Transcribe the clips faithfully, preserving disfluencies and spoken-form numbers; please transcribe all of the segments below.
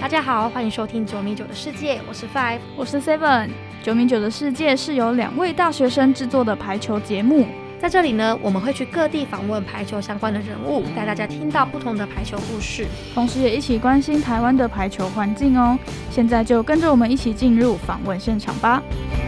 大家好，欢迎收听九米九的世界，我是 Five， 我是 Seven。九米九的世界是由两位大学生制作的排球节目， 在这里呢，我们会去各地访问排球相关的人物，带大家听到不同的排球故事， 同时也一起关心台湾的排球环境哦。现在就跟着我们一起进入访问现场吧。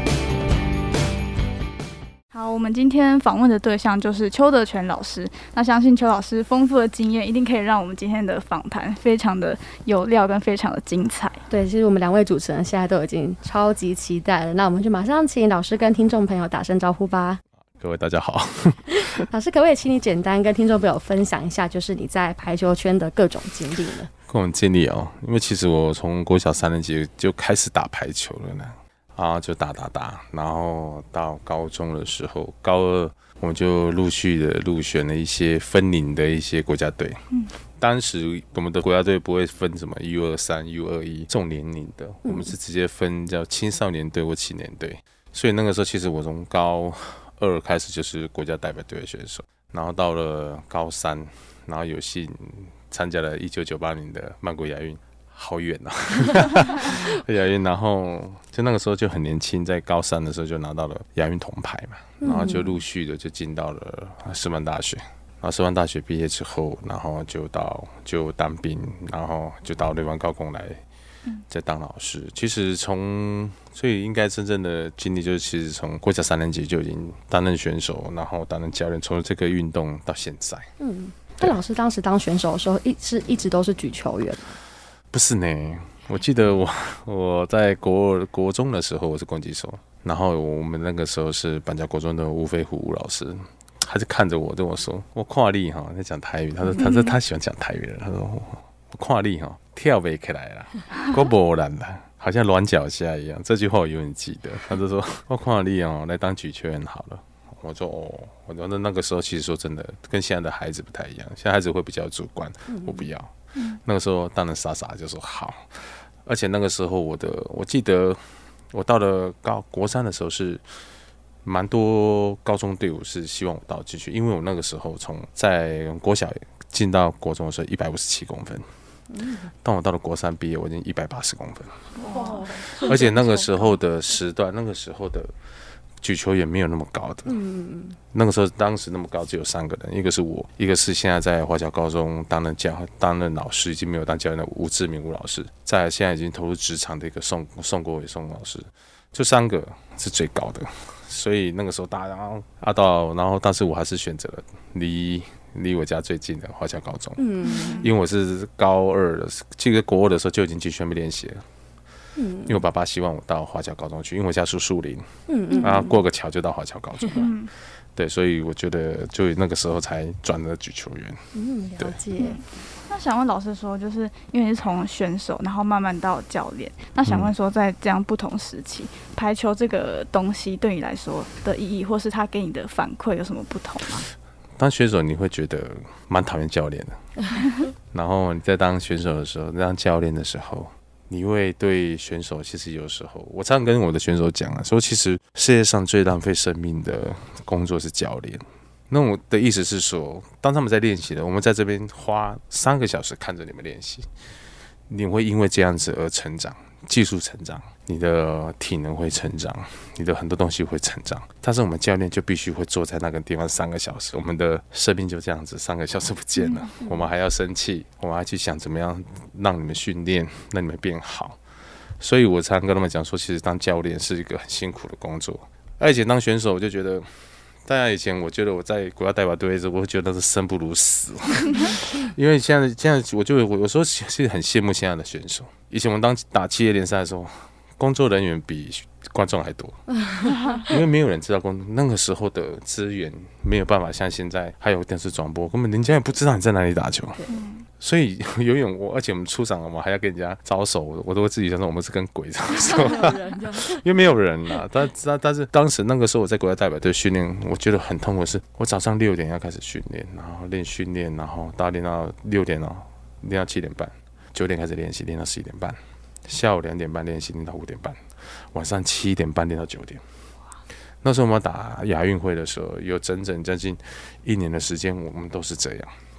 好，我们今天访问的对象就是邱德全老师。那相信邱老师丰富的经验，一定可以让我们今天的访谈非常的有料，跟非常的精彩。 对，其实我们两位主持人现在都已经超级期待了。那我们就马上请老师跟听众朋友打声招呼吧。 各位大家好。 老师，可不可以请你简单跟听众朋友分享一下，就是你在排球圈的各种经历呢？ 各种经历哦，因为其实我从国小三年级就开始打排球了呢。啊，就打打打，然后到高中的时候，高二我们就陆续的入选了一些分龄的一些国家队。嗯，当时我们的国家队不会分什么 U 二三、U 二一这种年龄的，我们是直接分叫青少年队或青年队。所以那个时候，其实我从高二开始就是国家代表队的选手，然后到了高三，然后有幸参加了一九九八年的曼谷亚运。好远啊！亚运，然后就那个时候就很年轻，在高三的时候就拿到了亚运铜牌嘛，然后就陆续的就进到了师范大学，然后师范大学毕业之后，然后就到就当兵，然后就到台湾高工来，再当老师。其实从所以应该真正的经历就是，其实从国小三年级就已经担任选手，然后担任教练，从这个运动到现在。嗯， 那老师当时当选手的时候，一是一直都是举球员。 不是呢，我记得我我在国国中的时候我是攻击手，然后我们那个时候是板桥国中的吴飞虎吴老师，他就看着我跟我说：“我看你哈，在讲台语。”他说：“他说他喜欢讲台语的。”他说：“我看你哈，跳不起来啦，我不难啦，好像软脚虾一样。”这句话我永远记得。他就说：“我看你哦，来当举球员好了。”我说：“哦，我觉得那个时候其实说真的，跟现在的孩子不太一样，现在孩子会比较主观，我不要。”那个时候当然傻傻就说好，而且那个时候我的我记得我到了高国三的时候是蛮多高中队伍是希望我到进去，因为我那个时候从在国小进到国中的时候一百五十七公分，当我到了国三毕业我已经一百八十公分，而且那个时候的时段，那个时候的举球也没有那么高的，嗯，那个时候当时那么高只有三个人，一个是我，一个是现在在华侨高中担任教担任老师，已经没有当教练的吴志明吴老师，再来现在已经投入职场的一个宋宋国伟宋老师，就三个是最高的，所以那个时候大家啊到，然后但是我还是选择了离离我家最近的华侨高中，嗯，因为我是高二的，这个国二的时候就已经去全面练习了。因为我爸爸希望我到华侨高中去，因为我家住树林，嗯嗯，然后过个桥就到华侨高中了，嗯，对，所以我觉得就那个时候才转了举球员， 嗯，了解。 嗯，那想问老师说，就是因为你是从选手，然后慢慢到教练，那想问说，在这样不同时期，嗯，排球这个东西对你来说的意义，或是它给你的反馈有什么不同吗？ 当选手你会觉得蛮讨厌教练的，然后你在当选手的时候，当教练的时候。你会对选手，其实有时候我常常跟我的选手讲啊，说其实世界上最浪费生命的工作是教练。那我的意思是说，当他们在练习的，我们在这边花三个小时看着你们练习，你会因为这样子而成长，技术成长，你的体能会成长，你的很多东西会成长。但是我们教练就必须会坐在那个地方三个小时，我们的生命就这样子三个小时不见了，我们还要生气，我们还去想怎么样让你们训练，让你们变好。所以我常常跟他们讲说，其实当教练是一个很辛苦的工作。而且当选手，我就觉得。大家以前我觉得我在国家代表队的时候，我会觉得是生不如死，因为现在现在我就我有时候是很羡慕现在的选手。以前我们当打企业联赛的时候，工作人员比观众还多，因为没有人知道工那个时候的资源没有办法像现在，还有电视转播，根本人家也不知道你在哪里打球。所以游泳我，而且我们出场了嘛，还要跟人家招手，我都会自己想说我们是跟鬼招手，因为没有人啦。但但但是当时那个时候我在国家代表队训练，我觉得很痛苦的是，我早上六点要开始训练，然后练训练，然后大练到六点哦，练到七点半，九点开始练习，练到十一点半，下午两点半练习，练到五点半，晚上七点半练到九点。那时候我们打亚运会的时候，有整整将近一年的时间，我们都是这样。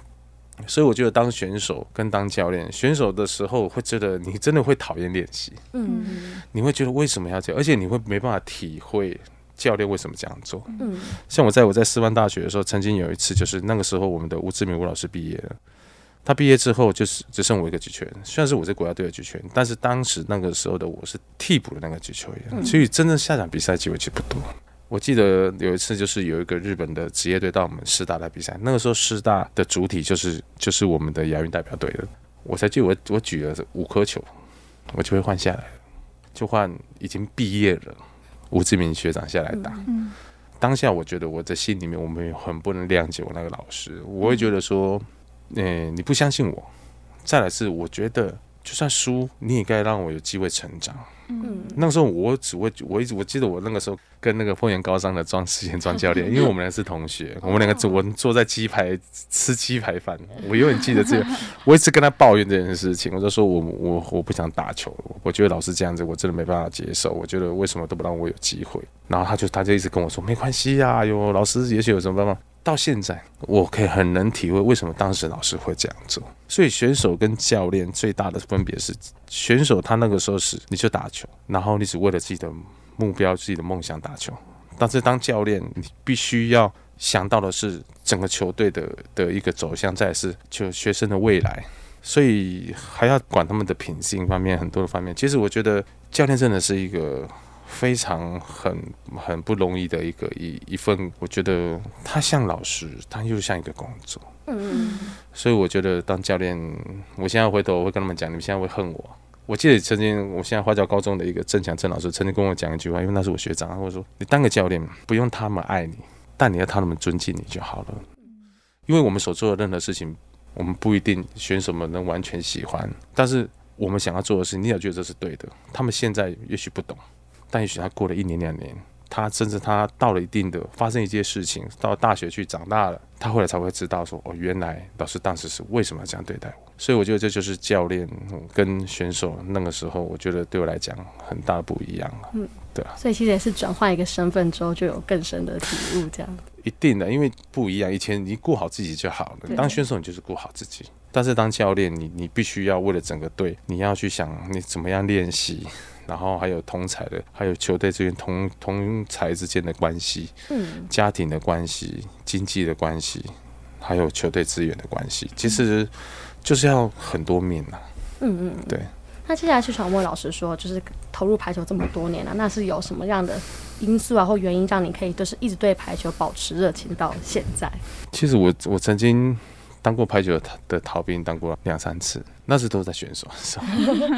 所以我觉得当选手跟当教练，选手的时候会觉得你真的会讨厌练习，嗯，你会觉得为什么要这样，而且你会没办法体会教练为什么这样做。嗯，像我在我在师范大学的时候，曾经有一次，就是那个时候我们的吴志明吴老师毕业了，他毕业之后就是只剩我一个举球员，虽然是我是国家队的举球员，但是当时那个时候的我是替补的那个举球员，嗯、所以真正下场比赛机会其实不多。我记得有一次就是有一个日本的职业队到我们师大来比赛，那个时候师大的主体就是就是我们的亚运代表队了，我才记得我我举了五颗球，我就会换下来了，就换已经毕业了吴志明学长下来打。嗯、当下我觉得我的心里面我们很不能谅解我那个老师，我会觉得说。欸、你不相信我，再来是我觉得就算输你也该让我有机会成长。嗯，那个时候我只会我一直我记得我那个时候跟那个丰原高商的庄世贤庄教练，因为我们两个是同学，我们两个坐坐在鸡排吃鸡排饭，我永远记得这个，我一直跟他抱怨这件事情，我就说我我我不想打球，我觉得老师这样子我真的没办法接受，我觉得为什么都不让我有机会，然后他就他就一直跟我说没关系啊，有老师也许有什么办法。到现在，我可以很能体会为什么当时老师会这样做。所以选手跟教练最大的分别是，选手他那个时候是你就打球，然后你只为了自己的目标、自己的梦想打球。但是当教练，你必须要想到的是整个球队的的一个走向，再来是就学生的未来，所以还要管他们的品性方面很多的方面。其实我觉得教练真的是一个。非常很很不容易的一个一一份，我觉得他像老师，他又像一个工作。嗯，所以我觉得当教练，我现在回头我会跟他们讲，你们现在会恨我。我记得曾经，我现在花教高中的一个郑强郑老师曾经跟我讲一句话，因为那是我学长，他说：“你当个教练，不用他们爱你，但你要他们尊敬你就好了。因为我们所做的任何事情，我们不一定选手们能完全喜欢，但是我们想要做的事，你也觉得这是对的。他们现在也许不懂。”但也许他过了一年两年，他甚至他到了一定的发生一些事情，到大学去长大了，他后来才会知道说，哦，原来老师当时是为什么要这样对待我。所以我觉得这就是教练跟选手那个时候，我觉得对我来讲很大的不一样了。嗯，对啊。 所以其实也是转换一个身份之后，就有更深的体悟，这样。 一定的，因为不一样。以前你顾好自己就好了，当选手你就是顾好自己，但是当教练，你你必须要为了整个队，你要去想你怎么样练习。然后还有同才的，还有球队之间同同才之间的关系，嗯，家庭的关系、经济的关系，还有球队资源的关系，其实就是要很多面呐、啊。嗯嗯，对。 那接下来去访问老师说，就是投入排球这么多年了、啊，那是有什么样的因素啊或原因让你可以就是一直对排球保持热情到现在？ 其实我我曾经当过排球的逃兵，当过两三次，那是都是在选手的时候。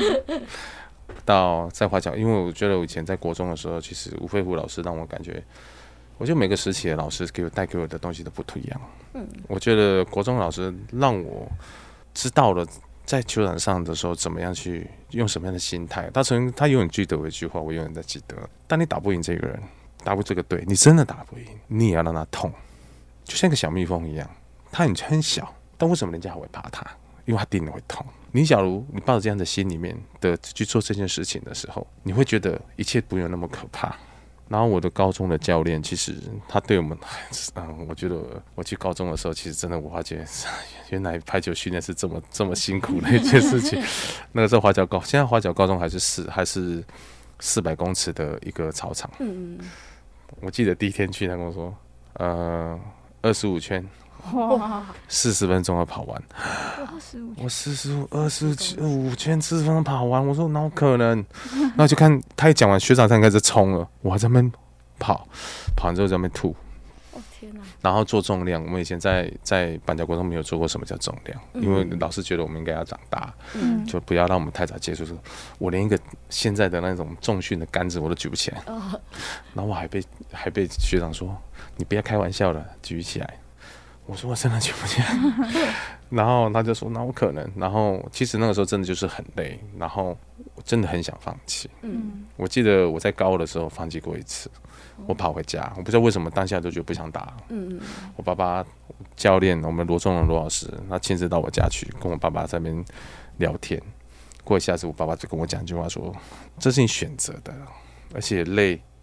到在华侨，因为我觉得我以前在国中的时候，其实吴飞虎老师让我感觉，我觉得每个时期的老师给我带给我的东西都不一样。嗯，我觉得国中老师让我知道了在球场上的时候怎么样去用什么样的心态。他曾他永远记得我一句话，我永远在记得：当你打不赢这个人，打不这个队，你真的打不赢，你也要让他痛，就像个小蜜蜂一样，他很很小，但为什么人家还会怕他？因为他叮了会痛。你假如你抱着这样的心里面的去做这件事情的时候，你会觉得一切不用那么可怕。然后我的高中的教练，其实他对我们，嗯，我觉得我去高中的时候，其实真的我发觉，原来排球训练是这么这么辛苦的一件事情。那个时候华侨高，现在华侨高中还是四还是四百公尺的一个操场。嗯，我记得第一天去，他跟我说，呃，二十五圈。哇！四十分钟要跑完，我四十五、二十五圈四十分钟跑完，我说哪有可能？然后就看他一讲完，学长才开始冲了，我还在那边跑，跑完之后在那边吐。 哦天哪！ 然后做重量，我们以前在在板桥国中没有做过什么叫重量，嗯、因为老师觉得我们应该要长大，嗯、就不要让我们太早接触。我连一个现在的那种重训的杆子我都举不起来，哦、然后我还被还被学长说：“你不要开玩笑了，举起来。”我说我真的举不起来，然后他就说那我可能，然后其实那个时候真的就是很累，然后我真的很想放弃。嗯，我记得我在高二的时候放弃过一次，我跑回家，我不知道为什么当下就觉得不想打。嗯，我爸爸教练我们罗仲荣罗老师，他亲自到我家去跟我爸爸在那边聊天。过一下子，我爸爸就跟我讲一句话说：“这是你选择的，而且累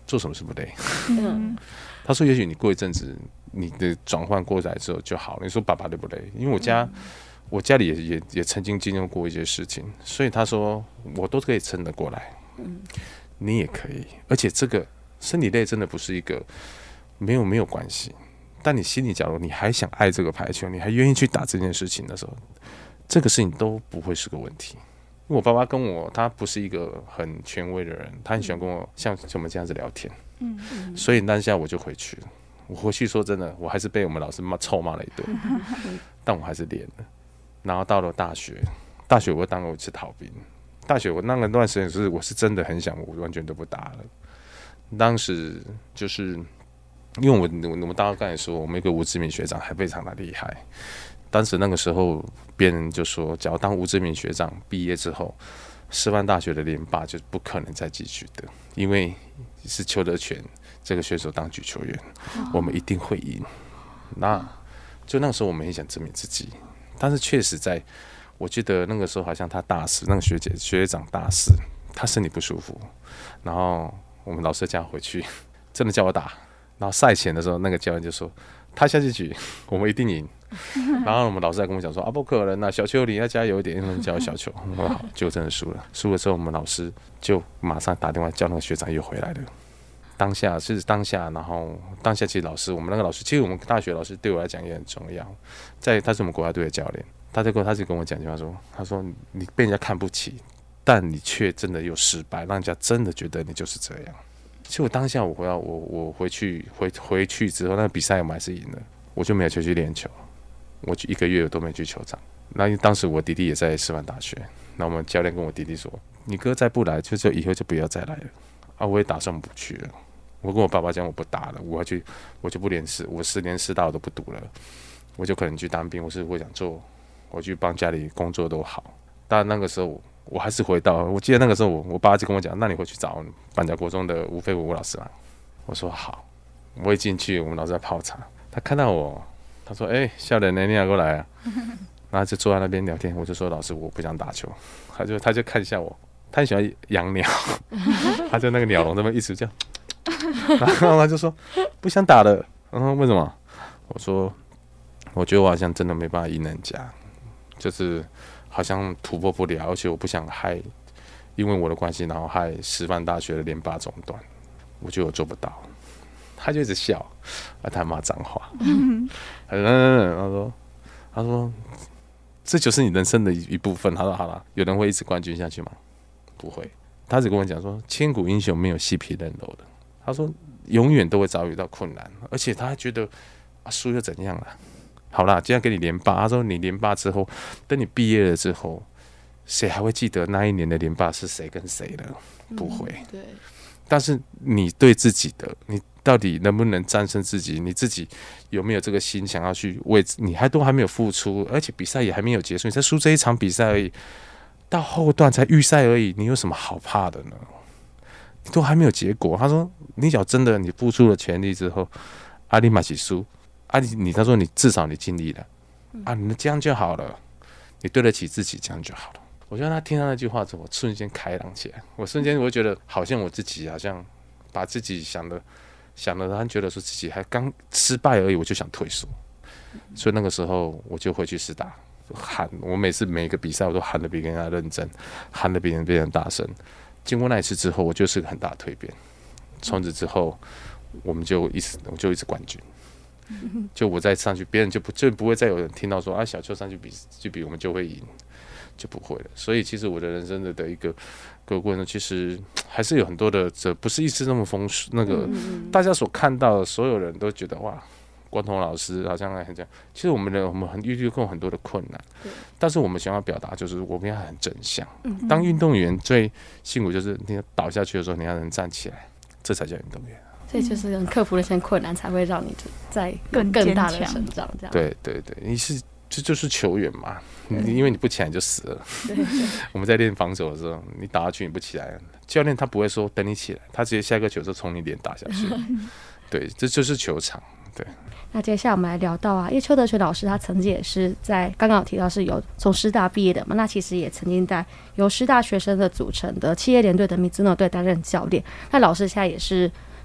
做什么是不累？ 嗯他说也许你过一阵子你的转换过来之后就好了。你说爸爸累不累？因为我家、嗯、我家里也也也曾经经历过一些事情，所以他说我都可以撑得过来，嗯，你也可以。而且这个身体累真的不是一个没有没有关系，但你心里假如你还想爱这个排球，你还愿意去打这件事情的时候，这个事情都不会是个问题。因为我爸爸跟我，他不是一个很权威的人，他很喜欢跟我像我们这样子聊天，嗯，所以当下我就回去了。我回去说真的，我还是被我们老师骂臭骂了一顿，但我还是练了。然后到了大学，大学我当了一次逃兵。大学我那个段时间是我是真的很想，我完全都不打了。当时就是因为我我们大家刚才说，我们一个吴志明学长还非常的厉害。当时那个时候，别人就说，假如当吴志明学长毕业之后，师范大学的联霸就不可能再继续的，因为是邱德全这个选手当举球员，我们一定会赢。那就那个时候我们很想证明自己，但是确实在，我记得那个时候好像他大四，那个学姐学长大四，他身体不舒服，然后我们老师叫他回去，真的叫我打。然后赛前的时候，那个教练就说他下去举，我们一定赢。然后我们老师还跟我讲说啊，不可能啊，小邱你要加油一点，因为叫我小邱。我说好，结果真的输了。输了之后，我们老师就马上打电话叫那个学长又回来了。当下是当下，然后当下其实老师，我们那个老师，其实我们大学老师对我来讲也很重要。在他是我们国家队的教练，他就跟他就跟我讲一句话说，他说你被人家看不起，但你却真的有失败，让人家真的觉得你就是这样。其实我当下我回到我我回去回回去之后，那个比赛我们还是赢了，我就没有去去练球。我一个月都没去球场。那当时我弟弟也在师范大学，那我们教练跟我弟弟说：“你哥再不来，就就以后就不要再来了。”啊，我也打算不去了。我跟我爸爸讲，我不打了，我要去，我就不连师，我十年师大我都不读了，我就可能去当兵，或是我想做，我去帮家里工作都好。但那个时候我还是回到，我记得那个时候我我爸就跟我讲：“那你回去找板桥国中的吴飞吴老师嘛。”我说好，我一进去，我们老师在泡茶，他看到我。他说：“哎、欸，少年呢，你要过来啊？”然后就坐在那边聊天。我就说：“老师，我不想打球。”他就他就看一下我，他很喜欢养鸟，他就那个鸟笼这么一直这样，然后他就说：“不想打了。”然后为什么？我说：“我觉得我好像真的没办法赢人家，就是好像突破不了，而且我不想害，因为我的关系，然后害师范大学的联霸中断，我觉得我做不到。”他就一直笑，啊，他骂脏话，嗯，他说，他说，这就是你人生的一部分。他说好了，有人会一直冠军下去吗？不会。他只跟我讲说，千古英雄没有细皮嫩肉的。他说，永远都会遭遇到困难，而且他还觉得啊，输又怎样了？好啦，今天给你连霸。他说你连霸之后，等你毕业了之后，谁还会记得那一年的连霸是谁跟谁呢？不会。嗯， 对。 但是你对自己的，你到底能不能战胜自己？你自己有没有这个心想要去为你还都还没有付出，而且比赛也还没有结束，你才输这一场比赛而已，到后段才预赛而已，你有什么好怕的呢？你都还没有结果。他说，你只要真的你付出了全力之后，阿里马起输，啊你你他说你至少你尽力了，啊你们这样就好了，你对得起自己，这样就好了。我觉得他听到那句话之后，我瞬间开朗起来。我瞬间我觉得好像我自己好像把自己想的想的，他觉得说自己还刚失败而已，我就想退缩。所以那个时候我就回去师大喊，我每次每一个比赛我都喊得比人家认真，喊得比人比人大声。经过那一次之后，我就是个很大的蜕变。从此之后，我们就一直我就一直冠军。就我再上去，别人就不就不会再有人听到说啊小邱上去比就比我们就会赢。就不会了，所以其实我的人生的的一个个过程，其实还是有很多的，这不是一直那么丰富。那个大家所看到的，所有人都觉得哇，光头老师好像很这样。其实我们的我们很遇到过很多的困难，但是我们想要表达就是我们要很正向。当运动员最辛苦就是你倒下去的时候，你要能站起来，这才叫运动员。 所以就是很克服那些困难，才会让你在更更大的成长。这样对对对，你是。这就是球员嘛，因为你不起来你就死了。我们在练防守的时候，你打下去你不起来，教练他不会说等你起来，他直接下一个球就从你脸打下去。对，这就是球场。对。 那接下来我们来聊到啊，因为邱德全老师他曾经也是在刚刚有提到是有从师大毕业的嘛，那其实也曾经在由师大学生的组成的企业联队的米兹诺队担任教练。那老师现在也是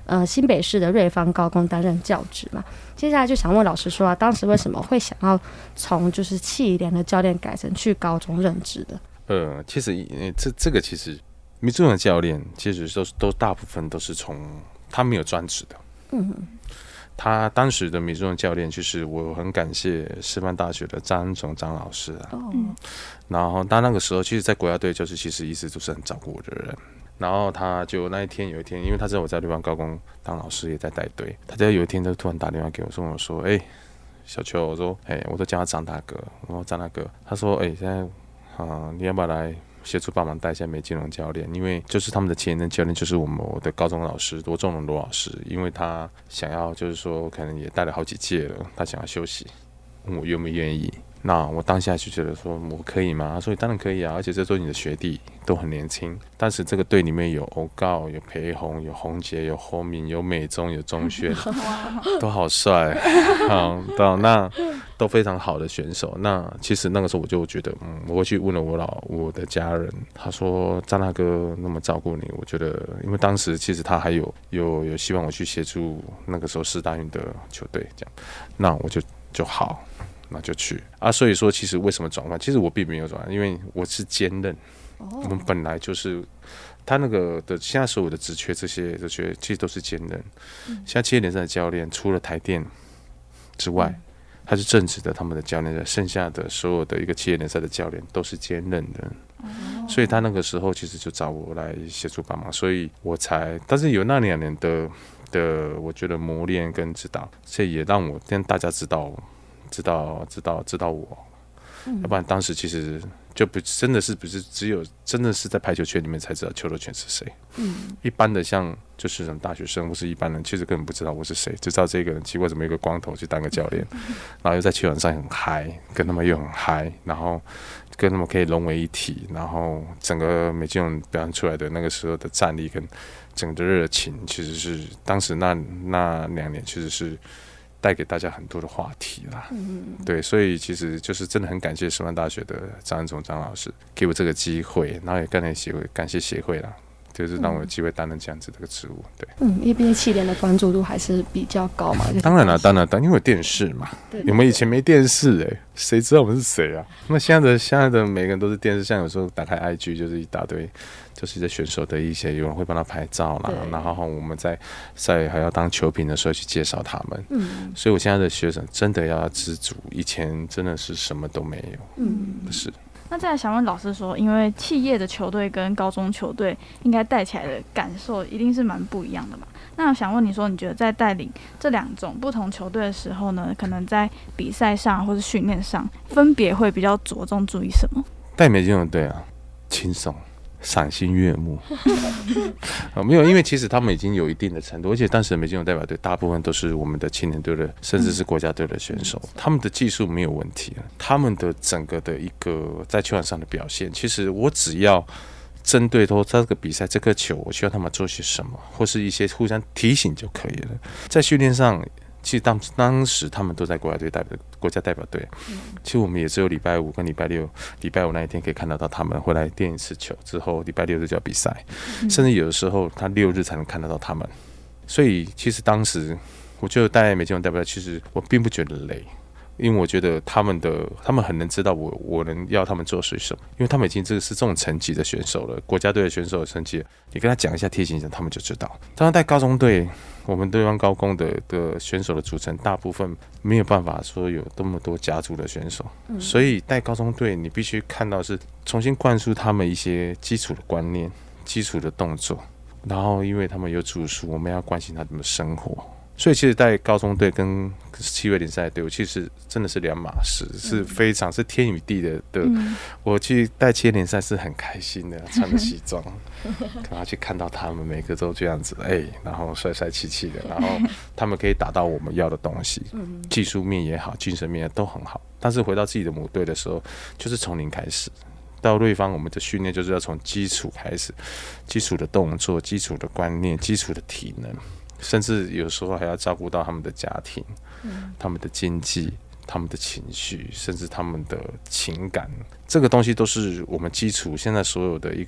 呃新北市的瑞芳高工担任教职嘛。接下来就想问老师说啊，当时为什么会想要从就是企联的教练改成去高中任职的？ 呃，其实这这个其实迷之中的教练，其实都都大部分都是从他没有专职的。嗯，他当时的迷之中的教练，就是我很感谢师范大学的张恩总张老师啊。哦。然后他那个时候，其实，在国家队就是其实一直都是很照顾我的人。然后他就那一天有一天，因为他知道我在瑞芳高工当老师，也在带队，他就有一天就突然打电话给我，说我说，哎、欸，小邱，我说，哎、欸，我都叫他张大哥，我说张大哥，他说，哎、欸，现在啊、呃，你要不要来协助帮忙带一下梅金龙教练？因为就是他们的前任教练就是我们我的高中老师罗仲龙罗老师，因为他想要就是说可能也带了好几届了，他想要休息，问我愿不愿意。那我当下就觉得说我可以吗？他说当然可以啊，而且这都是你的学弟，都很年轻。但是这个队里面有欧告、有裴宏、有洪杰、有侯敏、有美中、有钟轩，都好帅，好，到那都非常好的选手。那其实那个时候我就觉得，嗯，我会去问了我老我的家人，他说张大哥那么照顾你，我觉得，因为当时其实他还有有有希望我去协助那个时候世大运的球队，这样，那我就就好。那就去啊，所以说其实为什么转换？其实我并没有转换，因为我是兼任。Oh. 我们本来就是他那个的，现在所有的职缺这些职缺其实都是兼任。嗯、现在企业联赛的教练除了台电之外，嗯、他是正职的他们的教练，剩下的所有的一个企业联赛的教练都是兼任的。Oh. 所以他那个时候其实就找我来协助帮忙，所以我才，但是有那两年的的，我觉得磨练跟指导，这也让我让大家知道。知道知道知道我，嗯、要不然当时其实就不真的是不是只有真的是在排球圈里面才知道邱若权是谁。嗯，一般的像就是什么大学生或是一般人，其实根本不知道我是谁，只知道这个人奇怪怎么有个光头去当个教练，嗯、然后又在球场上很嗨，跟他们又很嗨，然后跟他们可以融为一体，然后整个梅金龙表现出来的那个时候的战力跟整个的热情，其实是当时那那两年其实是。带给大家很多的话题啦，嗯、对，所以其实就是真的很感谢师范大学的张恩崇张老师给我这个机会，然后也感谢协会，感谢协会啦，就是让我有机会担任这样子的一个职务，对， 嗯，因为毕竟企联的关注度还是比较高嘛。 当然了，当然，当然，因为有电视嘛，我们以前没电视哎、欸，谁知道我们是谁啊？那现在的现在的每个人都是电视，像有时候打开 I G 就是一大堆。就是这选手的一些，有人会帮他拍照啦，然后我们在赛还要当球评的时候去介绍他们。嗯，所以我现在的学生真的要知足，以前真的是什么都没有。嗯，不是。 那再来想问老师说，因为企业的球队跟高中球队应该带起来的感受一定是蛮不一样的嘛？那我想问你说，你觉得在带领这两种不同球队的时候呢，可能在比赛上或是训练上，分别会比较着重注意什么？ 带梅金龙队啊，轻松。赏心悦目、哦，没有，因为其实他们已经有一定的程度，而且当时的梅金龙代表队大部分都是我们的青年队的，甚至是国家队的选手，他们的技术没有问题，他们的整个的一个在球场上的表现，其实我只要针对说这个比赛这颗球，我需要他们做些什么，或是一些互相提醒就可以了，在训练上。其实 当, 当时他们都在国家队代表国家代表队，其实我们也只有礼拜五跟礼拜六，礼拜五那一天可以看得到他们回来练一次球，之后礼拜六就叫比赛，甚至有的时候他六日才能看得到他们。所以其实当时我觉得带梅金龙代表队，其实我并不觉得累，因为我觉得他们的他们很能知道我我能要他们做些什么，因为他们已经这个是这种层级的选手了，国家队的选手的层级，你跟他讲一下提醒一下，他们就知道。当然带高中队。我们对方高工 的, 的选手的组成，大部分没有办法说有这么多家族的选手，嗯、所以带高中队，你必须看到是重新灌输他们一些基础的观念、基础的动作，然后因为他们有住宿，我们要关心他们的生活。所以其实带高中队跟七位联赛队伍其实真的是两码事，嗯、是非常是天与地的的。嗯、我去带七位联赛是很开心的，穿着西装，然后去看到他们每个都这样子，哎、欸，然后帅帅气气的，然后他们可以打到我们要的东西，嗯、技术面也好，精神面也都很好。但是回到自己的母队的时候，就是从零开始。到瑞芳，我们的训练就是要从基础开始，基础的动作、基础的观念、基础的体能。甚至有时候还要照顾到他们的家庭、嗯、他们的经济、他们的情绪，甚至他们的情感，这个东西都是我们基础现在所有的一个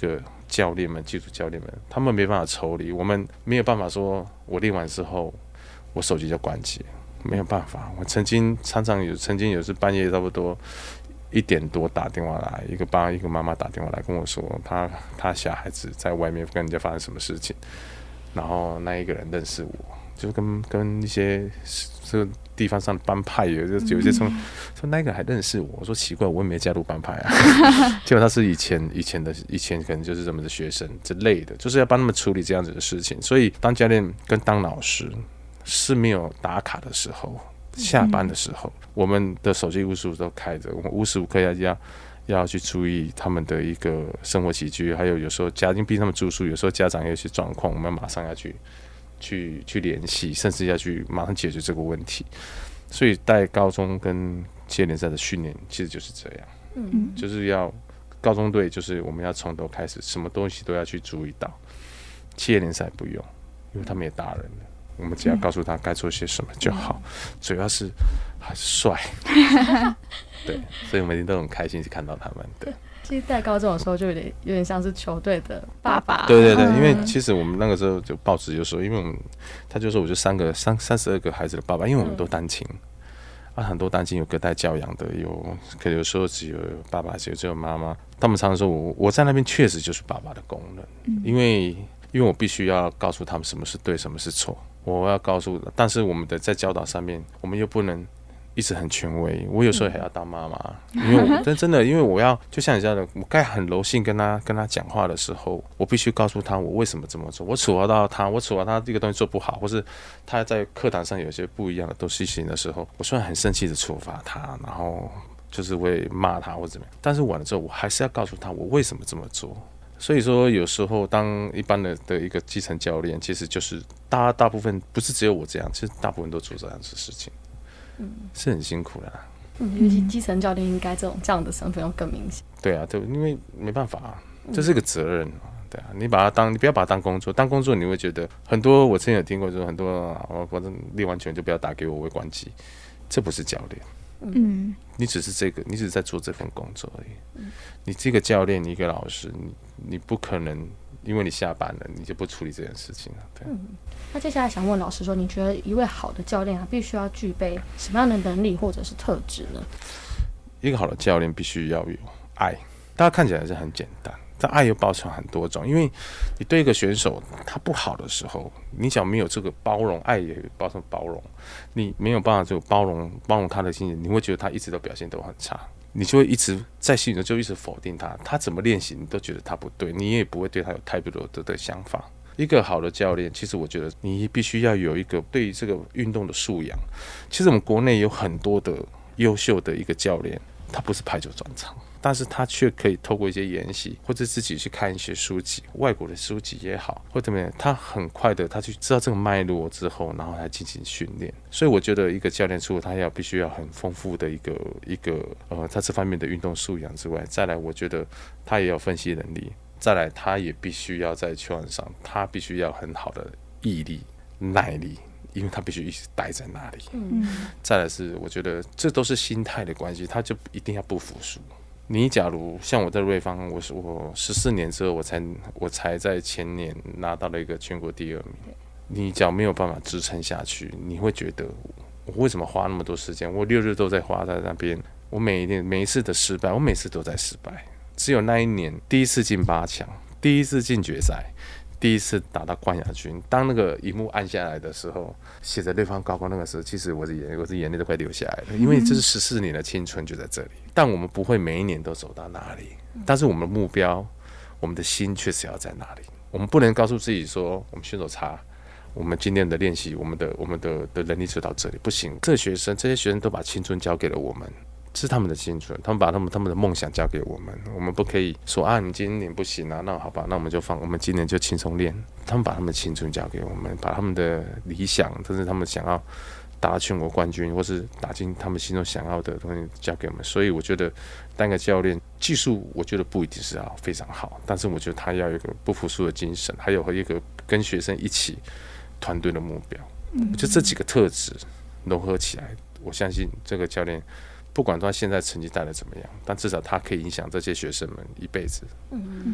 教练们、基础教练们，他们没办法抽离，我们没有办法说，我练完之后，我手机就关机，没有办法。我曾经常常有，曾经有是半夜差不多一点多打电话来，一个爸一个妈妈打电话来跟我说，他他小孩子在外面跟人家发生什么事情，然后那一个人认识我，就跟跟一些这个地方上的帮派有有有些说说那个还认识我，我说奇怪，我也没加入帮派啊，结果他是以前以前的以前可能就是这么的学生之类的，就是要帮他们处理这样子的事情。所以当教练跟当老师是没有打卡的时候，下班的时候，我们的手机无时无刻都开着，我们无时无刻要要要去注意他们的一个生活起居，还有有时候家庭逼他们住宿，有时候家长有些状况，我们马上要去去去联系，甚至要去马上解决这个问题。所以带高中跟企业联赛的训练其实就是这样，嗯，就是要高中队就是我们要从头开始，什么东西都要去注意到。企业联赛不用，因为他们也大人了。我们只要告诉他该做些什么就好，主要是还帅，对，所以我们一定都很开心去看到他们。对， 其实带高中的时候就有点有点像是球队的爸爸。 对对对，因为其实我们那个时候就报纸就说，因为我们他就说我就三个三三十二个孩子的爸爸，因为我们都单亲。啊，很多单亲有隔代教养的，有可有时候只有爸爸，只有只有妈妈。他们常常说我我在那边确实就是爸爸的功能，嗯、因为因为我必须要告诉他们什么是对，什么是错。我要告诉，但是我们的在教导上面，我们又不能一直很权威。我有时候还要当妈妈，因为我真真的，因为我要就像你这样的，我该很柔性跟他跟他讲话的时候，我必须告诉他我为什么这么做。我处罚到他，我处罚他这个东西做不好，或是他在课堂上有些不一样的东西行的时候，我虽然很生气的处罚他，然后就是会骂他或怎么样，但是完了之后，我还是要告诉他我为什么这么做。所以说，有时候当一般的的一个基层教练，其实就是大大部分不是只有我这样，其实大部分都做这样子的事情，嗯，是很辛苦的啦。 嗯，尤其基层教练应该这种这样的身份要更明显。 对啊，对，因为没办法、啊，这是个责任、啊。对啊，你把它当，你不要把它当工作，当工作你会觉得很多。我之前有听过，就是很多我反正练完拳就不要打给我，我会关机，这不是教练。嗯，你只是这个，你只是在做这份工作而已。嗯、你这个教练，你一个老师，你你不可能因为你下班了，你就不处理这件事情了。对。 嗯，那接下来想问老师说，你觉得一位好的教练啊，必须要具备什么样的能力或者是特质呢？ 一个好的教练必须要有爱，大家看起来是很简单。但爱又包含很多种，因为你对一个选手他不好的时候，你只要没有这个包容，爱也包含包容，你没有办法就包容包容他的心情，你会觉得他一直都表现都很差，你就会一直在心里头就一直否定他，他怎么练习你都觉得他不对，你也不会对他有太多的的想法。一个好的教练，其实我觉得你必须要有一个对于这个运动的素养。其实我们国内有很多的优秀的一个教练，他不是排球专长，但是他却可以透过一些研习，或者自己去看一些书籍，外国的书籍也好，或怎么样，他很快的他去知道这个脉络之后，然后来进行训练。所以我觉得一个教练除了他要必须要很丰富的一个一个呃他这方面的运动素养之外，再来我觉得他也有分析能力，再来他也必须要在球场上，他必须要很好的毅力、耐力。因为他必须一直待在那里，嗯，再来是我觉得这都是心态的关系，他就一定要不服输。你假如像我在瑞芳，我我十四年之后，我才我才在前年拿到了一个全国第二名。你假如没有办法支撑下去，你会觉得我为什么花那么多时间？我六日都在花在那边，我每一年每一次的失败，我每次都在失败。只有那一年第一次进八强，第一次进决赛。第一次打到冠亚军，当那个荧幕按下来的时候，写着对方高光那个时候，其实我的眼我的眼泪都快流下来了，因为这是十四年的青春就在这里。但我们不会每一年都走到那里，但是我们的目标，我们的心确实要在那里。我们不能告诉自己说我们选手差，我们今天的练习，我们的我们的的能力就到这里，不行。这学生这些学生都把青春交给了我们。是他们的青春，他们把他们他们的梦想交给我们，我们不可以说啊，你今年不行啊，那好吧，那我们就放，我们今年就轻松练。他们把他们的青春交给我们，把他们的理想，甚至他们想要打全国冠军，或是打进他们心中想要的东西交给我们。所以我觉得当个教练，技术我觉得不一定是要非常好，但是我觉得他要有一个不服输的精神，还有一个跟学生一起团队的目标。我觉得这几个特质融合起来，我相信这个教练。不管他现在成绩带的怎么样，但至少他可以影响这些学生们一辈子。嗯，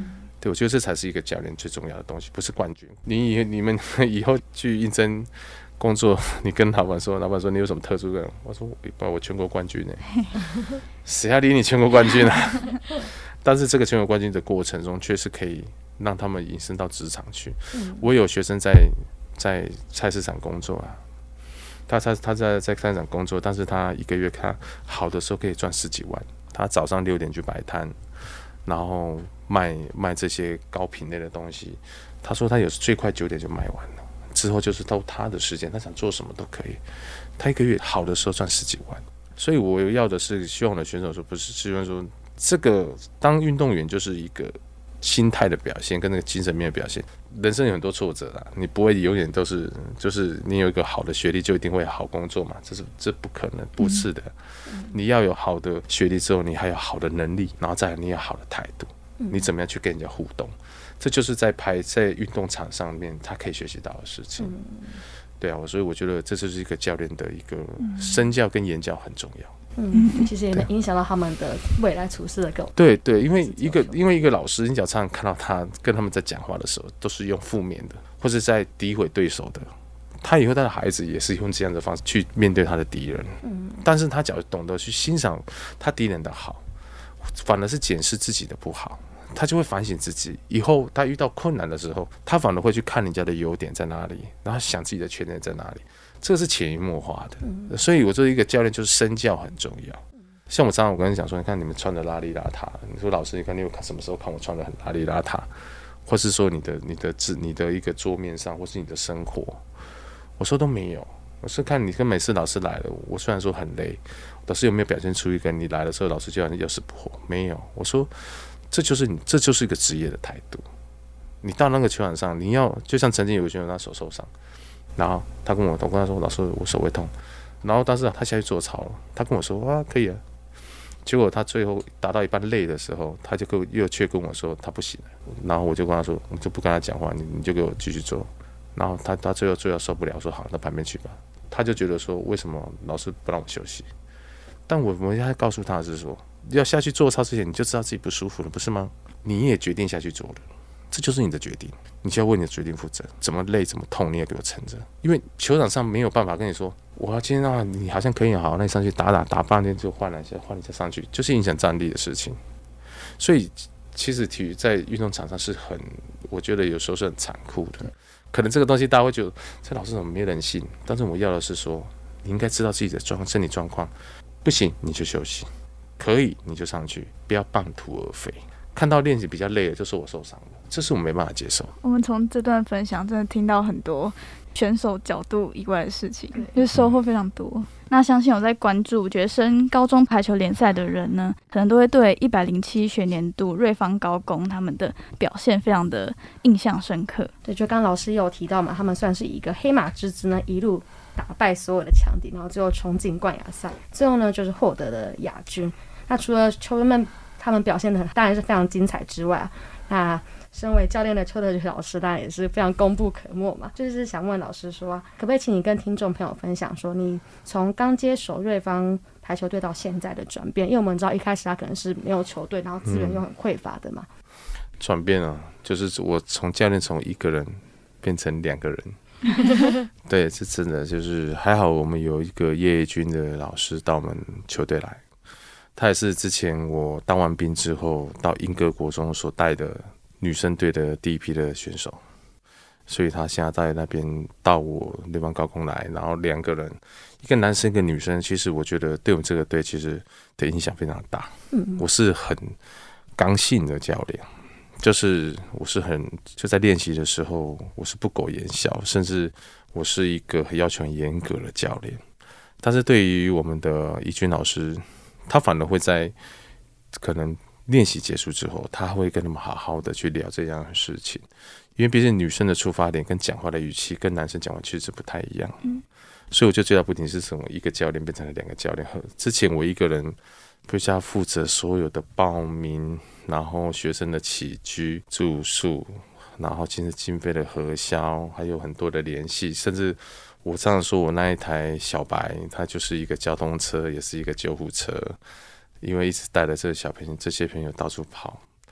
对，我觉得这才是一个教练最重要的东西，不是冠军。你以你们以后去应征工作，你跟老板说，老板说你有什么特殊的？我说我我全国冠军呢，谁要理你全国冠军啊？但是这个全国冠军的过程中，确实可以让他们引申到职场去。嗯、我有学生在在菜市场工作啊，他他他在在菜市场工作，但是他一个月他好的时候可以赚十几万。他早上六点去摆摊，然后卖卖这些高品类的东西。他说他有时最快九点就卖完了，之后就是到他的时间，他想做什么都可以。他一个月好的时候赚十几万，所以我要的是希望我的选手说，不是希望说这个当运动员就是一个心态的表现跟那个精神面的表现。人生有很多挫折啦，你不会永远都是就是你有一个好的学历就一定会有好工作嘛，这是这不可能，不是的。嗯、你要有好的学历之后，你还有好的能力，然后再来你有好的态度，你怎么样去跟人家互动，这就是在排在运动场上面他可以学习到的事情。嗯、对啊，所以我觉得这就是一个教练的一个身教跟言教很重要。 嗯，其实也能影响到他们的未来处事的构。 对对，因为一个因为一个老师，你只要常常看到他跟他们在讲话的时候，都是用负面的，或是在诋毁对手的。他以后他的孩子也是用这样的方式去面对他的敌人。嗯，但是他只要懂得去欣赏他敌人的好，反而是检视自己的不好，他就会反省自己。以后他遇到困难的时候，他反而会去看人家的优点在哪里，然后想自己的缺点在哪里。这个是潜移默化的，嗯、所以我作为一个教练，就是身教很重要。像我常常我跟你讲说，你看你们穿的邋里邋遢，你说老师，你看你有看什么时候看我穿的很邋里邋遢，或是说你的你的你的一个桌面上，或是你的生活，我说都没有。我是看你跟每次老师来了，我虽然说很累，老师有没有表现出一个你来的时候，老师就让你要死不活？没有。我说这就是你，这就是一个职业的态度。你到那个球场上，你要就像曾经有个选手他手受伤。然后他跟我，我跟他说：“老师，我手会痛。”然后但是他下去做操了，他跟我说：“啊，可以啊。”结果他最后打到一半累的时候，他就跟又却跟我说他不行了。然后我就跟他说：“我就不跟他讲话，你你就给我继续做。”然后他他最后最后受不了，说：“好，到旁边去吧。”他就觉得说：“为什么老师不让我休息？”但我我要告诉他的是说，要下去做操之前，你就知道自己不舒服了，不是吗？你也决定下去做了。这就是你的决定，你就要为你的决定负责。怎么累怎么痛，你也给我撑着。因为球场上没有办法跟你说，我要今天让你好像可以好，那你上去打打打半天就换了一下，换一下上去，就是影响战力的事情。所以其实体育在运动场上是很，我觉得有时候是很残酷的。可能这个东西大家会觉得这老师怎么没人性？但是我要的是说，你应该知道自己的状身体状况，不行你就休息，可以你就上去，不要半途而废。看到练习比较累的，就说我受伤了，这是我没办法接受。 我们从这段分享真的听到很多选手角度以外的事情，就是收获非常多。嗯、那相信有在关注学生高中排球联赛的人呢，可能都会对一百零七学年度瑞芳高工他们的表现非常的印象深刻。 对，就刚刚老师也有提到嘛，他们算是以一个黑马之姿呢，一路打败所有的强敌，然后最后冲进冠亚赛，最后呢就是获得了亚军。那除了球员们他们表现的当然是非常精彩之外啊，那身为教练的邱德举老师当然也是非常功不可没嘛。就是想问老师说、啊、可不可以请你跟听众朋友分享说，你从刚接手瑞芳排球队到现在的转变？因为我们知道一开始他可能是没有球队，然后资源又很匮乏的嘛。 转、嗯、变啊，就是我从教练从一个人变成两个人。对，是真的，就是还好我们有一个叶业军的老师到我们球队来。他也是之前我当完兵之后到英歌国中所带的女生队的第一批的选手，所以他现在在那边到我瑞芳高工来，然后两个人，一个男生一个女生，其实我觉得对我们这个队其实的影响非常大。嗯，我是很刚性的教练，就是我是很就在练习的时候，我是不苟言笑，甚至我是一个要求很严格的教练。但是对于我们的怡君老师，他反而会在可能练习结束之后，他会跟他们好好的去聊这样的事情，因为毕竟女生的出发点跟讲话的语气跟男生讲话其实不太一样。嗯，所以我就觉得不仅是从一个教练变成了两个教练。之前我一个人必须要负责所有的报名，然后学生的起居住宿，然后其实经费的核销，还有很多的联系，甚至我常常说我那一台小白它就是一个交通车，也是一个救护车，因为一直带着这个小朋友这些朋友到处跑。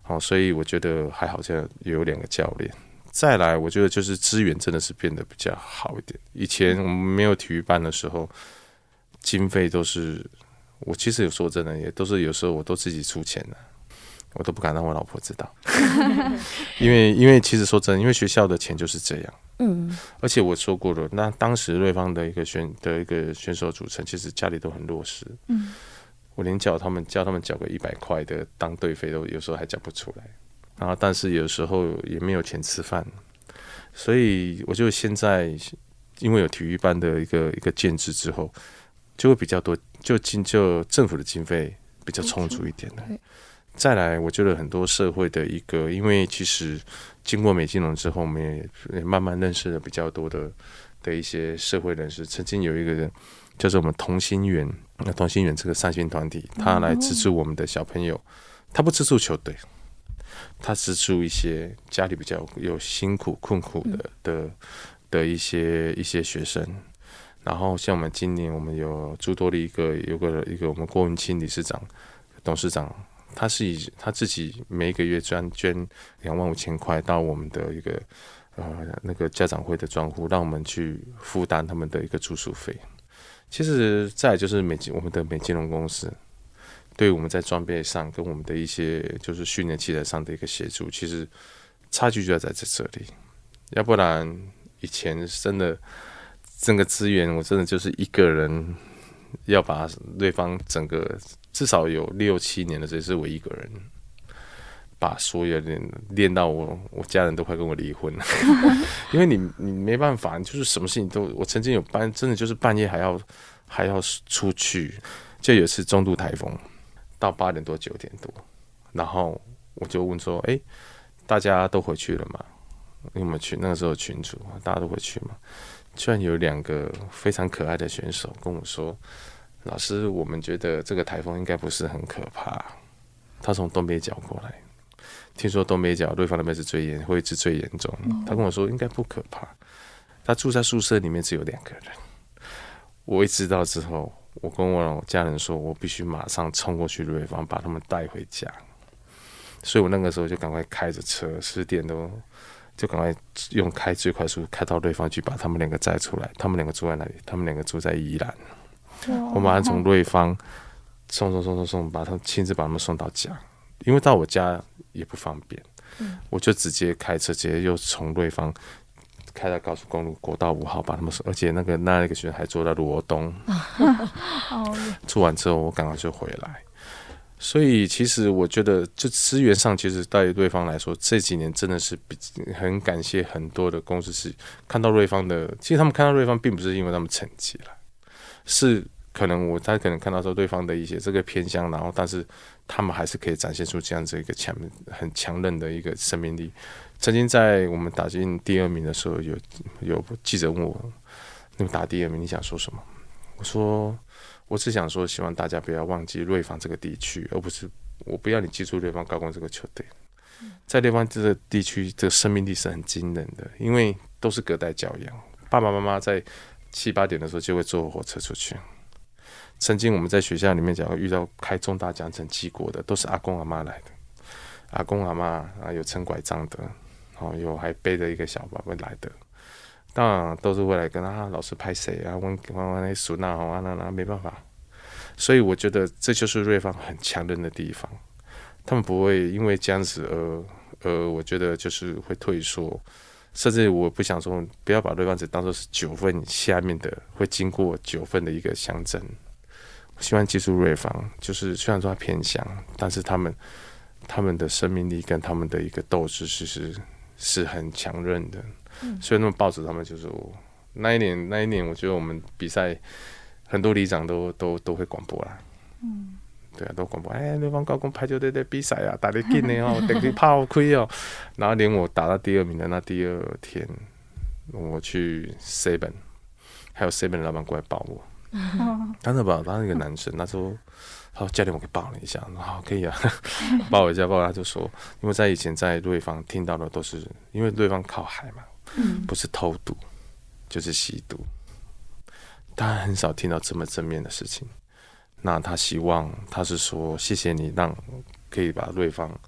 好，所以我觉得还好，这样有两个教练。再来，我觉得就是资源真的是变得比较好一点。以前我们没有体育班的时候，经费都是我其实有说真的，也都是有时候我都自己出钱的，我都不敢让我老婆知道，因为因为其实说真的，因为学校的钱就是这样。嗯，而且我说过了，那当时瑞芳的一个选的一个选手组成，其实家里都很弱势。嗯，我连叫他们叫他们缴个一百块的当队费都有时候还缴不出来。然后，但是有时候也没有钱吃饭，所以我就现在因为有体育班的一个一个建制之后，就会比较多，就经就政府的经费比较充足一点了。再来，我觉得很多社会的一个，因为其实经过美金融之后，我们也慢慢认识了比较多的的一些社会人士。曾经有一个人叫做我们同心圆，那同心圆这个善心团体，他来资助我们的小朋友，他不资助球队。他资助一些家里比较有辛苦困苦的的的一些一些学生，然后像我们今年我们有诸多的一个有个一个我们郭文清理事长董事长，他是以他自己每一个月捐捐两万五千块到我们的一个呃那个家长会的专户，让我们去负担他们的一个住宿费。其实再来就是美我们的美金融公司。对我们在装备上跟我们的一些就是训练器材上的一个协助，其实差距就要在这里。要不然以前真的整个资源，我真的就是一个人要把对方整个至少有六七年的，这是我一个人把所有练练到我我家人都快跟我离婚了，因为你你没办法，你就是什么事情都，我曾经有半真的就是半夜还要还要出去，就有一次中度台风。到八点多九点多，然后我就问说：“哎、欸，大家都回去了吗？因为我们群那个时候群组，大家都回去嘛。”居然有两个非常可爱的选手跟我说：“老师，我们觉得这个台风应该不是很可怕。他从东北角过来，听说东北角对方那边是最严，会是最严重。他跟我说应该不可怕。他住在宿舍里面只有两个人。我一知道之后。”我跟我家人说，我必须马上冲过去瑞芳，把他们带回家。所以我那个时候就赶快开着车，十点多就赶快用开最快速开到瑞芳去，把他们两个载出来。他们两个住在哪里？他们两个住在宜兰。我马上从瑞芳送送送送送，把他们亲自把他们送到家，因为到我家也不方便，我就直接开车，直接又从瑞芳。开到高速公路国道五号把他们送，而且那个那一个学生还坐到罗东，住完之后我赶快就回来。所以其实我觉得，就资源上，其实对对方来说，这几年真的是比很感谢很多的公司是看到瑞芳的，其实他们看到瑞芳并不是因为他们成绩了，是可能我他可能看到说对方的一些这个偏向，然后但是他们还是可以展现出这样子一个强很强韧的一个生命力。曾经在我们打进第二名的时候，有有记者问我：“你们打第二名，你想说什么？”我说：“我只想说，希望大家不要忘记瑞芳这个地区，而不是我不要你记住瑞芳高工这个球队。在瑞芳这个地区，这个生命力是很惊人的，因为都是隔代教养，爸爸妈妈在七八点的时候就会坐火车出去。曾经我们在学校里面，假如遇到开重大奖惩记过的，都是阿公阿妈来的，阿公阿妈啊，有撑拐杖的。”哦，有还背着一个小宝贝来的，当然都是会来跟啊老师拍谁啊，问问问那孙啊，啊那那没办法，所以我觉得这就是瑞芳很强韧的地方，他们不会因为这样子而而我觉得就是会退缩，甚至我不想说不要把瑞芳只当作是九份下面的会经过九份的一个乡镇，我希望记住瑞芳，就是虽然说它偏乡，但是他们他们的生命力跟他们的一个斗志其实。是很强韧的，嗯、所以那么报纸他们就说那一年那一年，我觉得我们比赛很多里长都都都会广播啦，嗯，对啊，都广播，哎，瑞芳高工排球队的比赛啊，打得紧的哦，等于炮亏哦，然后连我打到第二名的那第二天，我去 seven， 还有 seven 的老板过来抱我，他那抱他那个男生，他说。好，教练，我给抱了一下，好，可以啊，抱我一下，抱他就说，因为在以前在瑞芳听到的都是，因为瑞芳靠海嘛，嗯、不是偷渡就是吸毒，他很少听到这么正面的事情。那他希望他是说，谢谢你让可以把瑞芳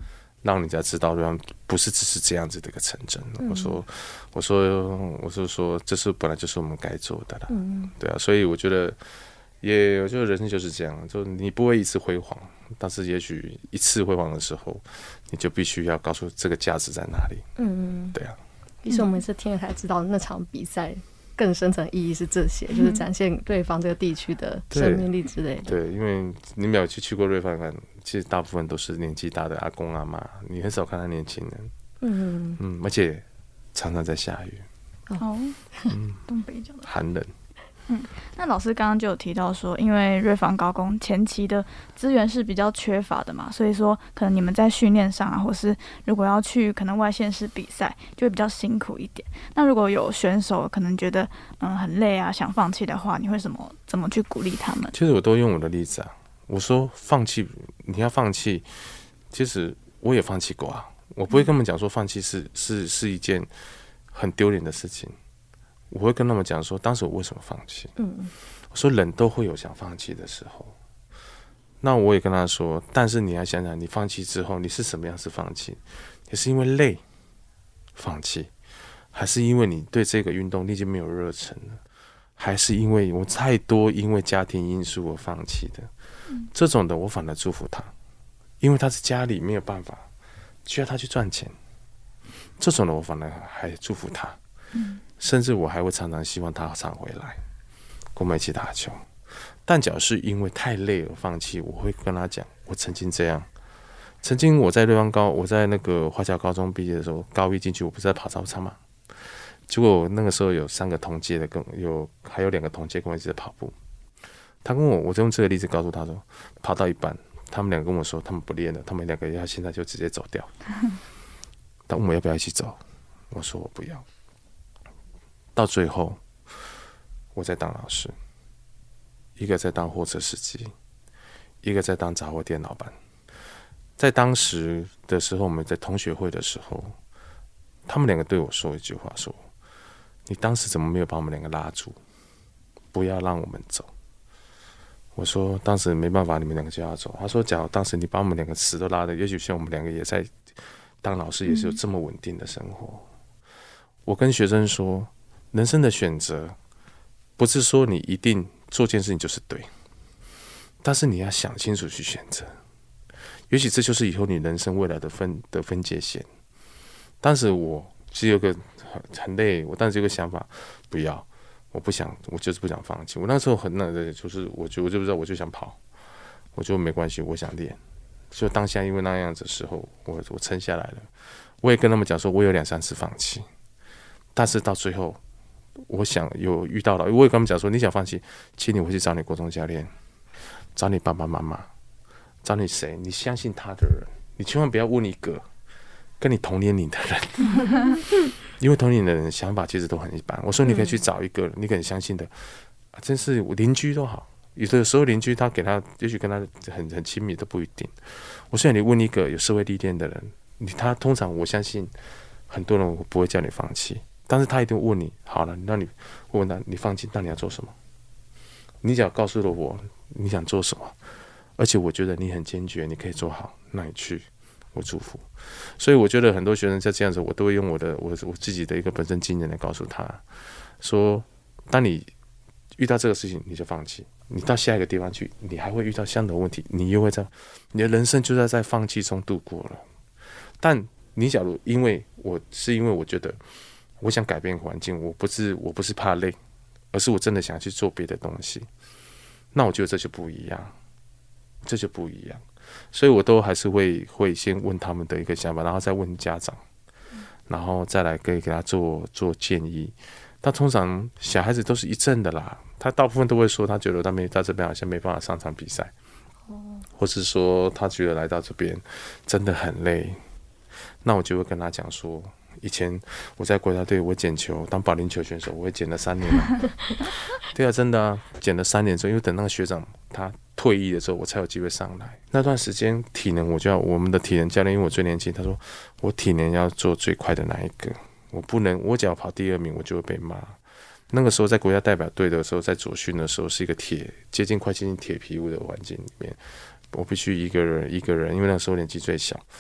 让人家知道，不是只是这样子的一个成真。嗯、我说，我说，我是说，这是本来就是我们该做的啦。嗯、对啊，所以我觉得，也我觉得人生就是这样，就你不会一次辉煌，但是也许一次辉煌的时候，你就必须要告诉这个价值在哪里。嗯，对啊。 其实我们是听了才知道，那场比赛更深层意义是这些，嗯、就是展现对方这个地区的生命力之类的。 对，因为你没有去去过瑞芳看，其实大部分都是年纪大的阿公阿妈，你很少看到年轻人。嗯嗯，而且常常在下雨。 哦，嗯，东北角的寒冷。 嗯，那老师刚刚就有提到说，因为瑞芳高工前期的资源是比较缺乏的嘛，所以说可能你们在训练上啊，或是如果要去可能外县市比赛，就会比较辛苦一点。那如果有选手可能觉得嗯很累啊，想放弃的话，你会怎么怎么去鼓励他们？ 其实我都用我的例子啊，我说放弃，你要放弃，其实我也放弃过啊，我不会跟他们讲说放弃是是是一件很丢脸的事情。我会跟他们讲说，当时我为什么放弃？嗯，我说人都会有想放弃的时候。那我也跟他说，但是你要想想，你放弃之后，你是什么样是放弃？你是因为累放弃，还是因为你对这个运动你已经没有热忱了？还是因为我太多因为家庭因素而放弃的？嗯、这种的我反而祝福他，因为他是家里没有办法，需要他去赚钱。这种的我反而还祝福他。嗯，甚至我还会常常希望他常回来，跟我们一起打球。但假如是因为太累而放弃，我会跟他讲，我曾经这样。曾经我在瑞芳高，我在那个华侨高中毕业的时候，高一进去，我不是在跑操场嘛？结果那个时候有三个同届的跟有还有两个同届跟我一起在跑步。他跟我，我就用这个例子告诉他说，跑到一半，他们两个跟我说，他们不练了，他们两个要现在就直接走掉。但问我要不要一起走，我说我不要。到最后，我在当老师，一个在当货车司机，一个在当杂货店老板。在当时的时候，我们在同学会的时候，他们两个对我说一句话说：“你当时怎么没有把我们两个拉住，不要让我们走？”我说：“当时没办法，你们两个就要走。”他说：“假如当时你把我们两个死都拉的，也许像我们两个也在当老师，也是有这么稳定的生活。嗯”我跟学生说。人生的选择，不是说你一定做件事情就是对，但是你要想清楚去选择。也许这就是以后你人生未来的分的分界线。当时我只有个很很累，我当时有个想法，不要，我不想，我就是不想放弃。我那时候很冷的，就是我就我就不知道，我就想跑，我就没关系，我想练。就当下因为那样子的时候，我我撑下来了。我也跟他们讲说，我有两三次放弃，但是到最后。我想有遇到了，我也跟他们讲说，你想放弃，请你回去找你国中教练，找你爸爸妈妈，找你谁，你相信他的人，你千万不要问一个跟你同年龄的人，因为同年龄的人想法其实都很一般。我说你可以去找一个你很相信的，啊、真是邻居都好，有的时候邻居他给他，也许跟他很很亲密都不一定。我说你问一个有社会历练的人，你他通常我相信很多人不会叫你放弃。但是他一定问你，好了，那你问他，你放弃，那你要做什么？你只要告诉了我你想做什么，而且我觉得你很坚决，你可以做好，那你去，我祝福。所以我觉得很多学生在这样子，我都会用我的我我自己的一个本身经验来告诉他，说，当你遇到这个事情，你就放弃，你到下一个地方去，你还会遇到相同的问题，你又会在你的人生就在在放弃中度过了。但你假如因为我是因为我觉得。我想改变环境，我不是我不是怕累，而是我真的想去做别的东西。那我觉得这就不一样，这就不一样。所以我都还是会会先问他们的一个想法，然后再问家长，然后再来可以给他做做建议。但通常小孩子都是一阵的啦，他大部分都会说他觉得他没到这边好像没办法上场比赛，或是说他觉得来到这边真的很累。那我就会跟他讲说。以前我在国家队，我捡球当保龄球选手，我也捡了三年了。对啊，真的啊，捡了三年之后，因为等那个学长他退役的时候，我才有机会上来。那段时间体能，我就要我们的体能教练，因为我最年轻，他说我体能要做最快的那一个，我不能，我只要跑第二名，我就会被骂。那个时候在国家代表队的时候，在左训的时候，是一个铁接近快接近铁皮屋的环境里面，我必须一个人一个人，因为那时候年纪最小。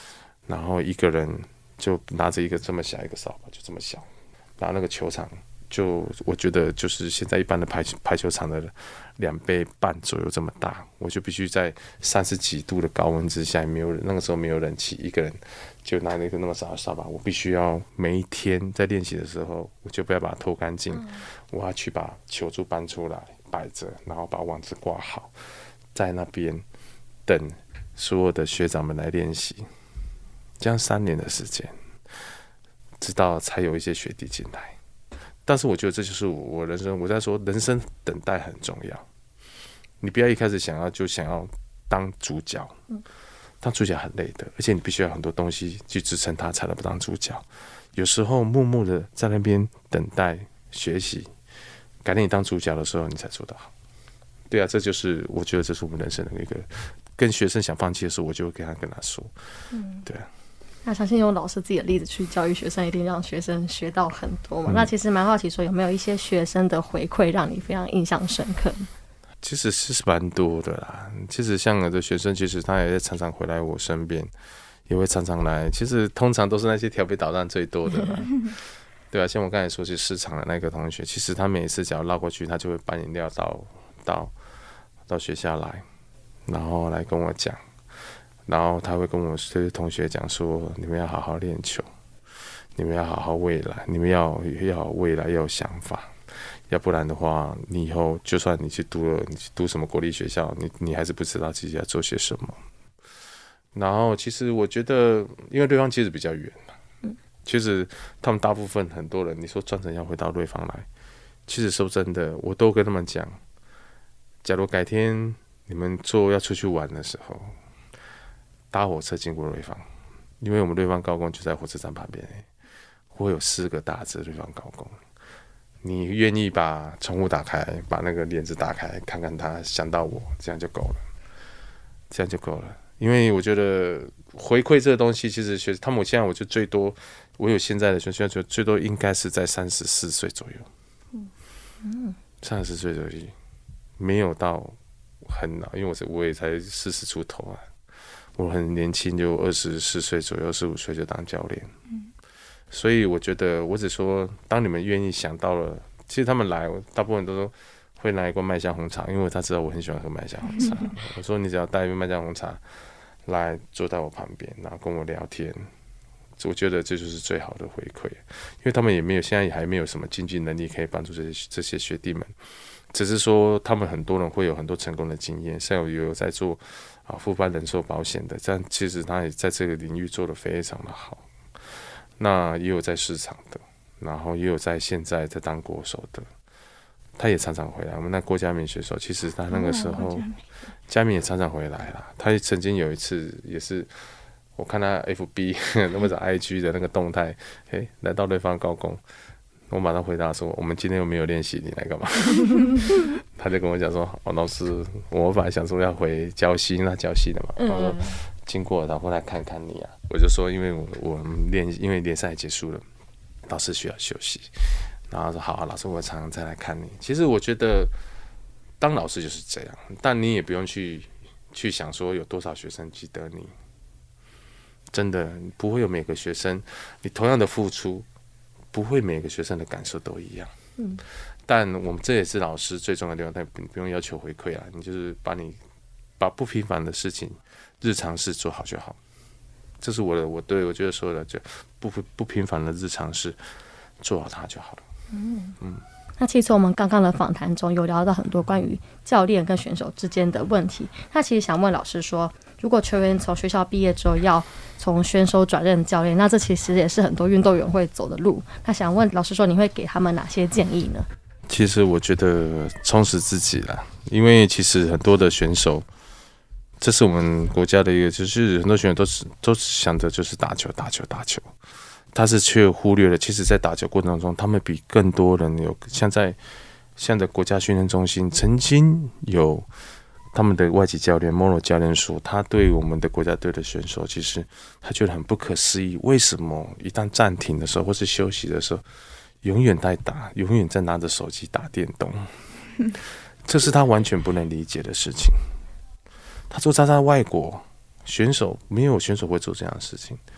然后一个人就拿着一个这么小一个扫把，就这么小，然后那个球场就我觉得就是现在一般的排排球场的两倍半左右这么大，我就必须在三十几度的高温之下，没有人那个时候没有冷气，一个人就拿了一个那么小的扫把，我必须要每一天在练习的时候，我就不要把它拖干净，嗯、我要去把球柱搬出来摆着，然后把网子挂好，在那边等所有的学长们来练习，这样三年的时间，直到才有一些学弟进来。但是我觉得这就是我人生，我在说人生等待很重要。你不要一开始想要就想要当主角，当主角很累的，而且你必须要很多东西去支撑它，才能不当主角。有时候默默的在那边等待学习，改天你当主角的时候，你才做得好。对啊，这就是我觉得这是我们人生的一个，跟学生想放弃的时候，我就会跟他跟他说，嗯，对啊。 那相信用老师自己的例子去教育学生，一定让学生学到很多嘛。嗯、那其实蛮好奇，说有没有一些学生的回馈让你非常印象深刻？ 其实是蛮多的啦。其实像有的学生，其实他也常常回来我身边，也会常常来。其实通常都是那些调皮捣蛋最多的啦。对啊，像我刚才说去市场的那个同学，其实他每一次只要绕过去，他就会搬饮料到到到学校来，然后来跟我讲。然后他会跟我这些同学讲说，你们要好好练球，你们要好好未来，你们要要有未来，要有想法，要不然的话，你以后就算你去读了，你去读什么国立学校，你你还是不知道自己要做些什么。然后其实我觉得，因为对方其实比较远嘛，其实他们大部分很多人，你说专程要回到对方来，其实说真的，我都跟他们讲，假如改天你们做要出去玩的时候，搭火车经过瑞芳，因为我们瑞芳高工就在火车站旁边，会有四个大字瑞芳高工。你愿意把窗户打开，把那个帘子打开，看看他，想到我，这样就够了，这样就够了。因为我觉得回馈这个东西，其实学他们现在我就最多，我有现在的学生就最多应该是在三十四岁左右，嗯，三十四岁左右，没有到很老，因为我我也才四十出头啊。我很年轻，就二十四岁左右，十五岁就当教练。嗯，所以我觉得，我只说，当你们愿意想到了，其实他们来，大部分都说会拿一罐麦香红茶，因为他知道我很喜欢喝麦香红茶。我说你只要带一杯麦香红茶来坐在我旁边，然后跟我聊天，我觉得这就是最好的回馈，因为他们也没有，现在也还没有什么经济能力可以帮助这些这些学弟们。只是说，他们很多人会有很多成功的经验，像有有在做啊富邦人寿保险的，这样其实他也在这个领域做得非常的好。那也有在市场的，然后也有在现在在当国手的，他也常常回来。我们那郭家明选手，其实他那个时候，家明也常常回来啦。他曾经有一次也是，我看他 F B 那或者 I G 的那个动态，哎，来到对方高工。我马上回答说：“我们今天又没有练习，你来干嘛？”他就跟我讲说：“哦，老师，我本来想说要回礁溪，那礁溪的嘛。”我说：“经过，然后来看看你啊。”我就说：“因为我我们练，因为联赛结束了，老师需要休息。”然后说：“好啊，老师，我常常再来看你。”其实我觉得当老师就是这样，但你也不用去去想说有多少学生记得你，真的不会有每个学生，你同样的付出。不会每个学生的感受都一样，嗯，但我们这也是老师最重要的地方，但你不用要求回馈啊，你就是把你把不平凡的事情、日常事做好就好。这是我的，我对我觉得说的，就不不平凡的日常事做好它就好了。嗯嗯。 那其实我们刚刚的访谈中有聊到很多关于教练跟选手之间的问题。那其实想问老师说，如果球员从学校毕业之后要从选手转任教练，那这其实也是很多运动员会走的路。那想问老师说，你会给他们哪些建议呢？ 其实我觉得充实自己啦，因为其实很多的选手，这是我们国家的一个，就是很多选手都是都想着就是打球、打球、打球。他是却忽略了，其实在打球过程中，他们比更多人有像在像在国家训练中心曾经有他们的外籍教练 Moro 教练说，他对我们的国家队的选手，其实他觉得很不可思议，为什么一旦暂停的时候或是休息的时候，永远在打，永远在拿着手机打电动，这是他完全不能理解的事情。他说他在外国选手没有选手会做这样的事情。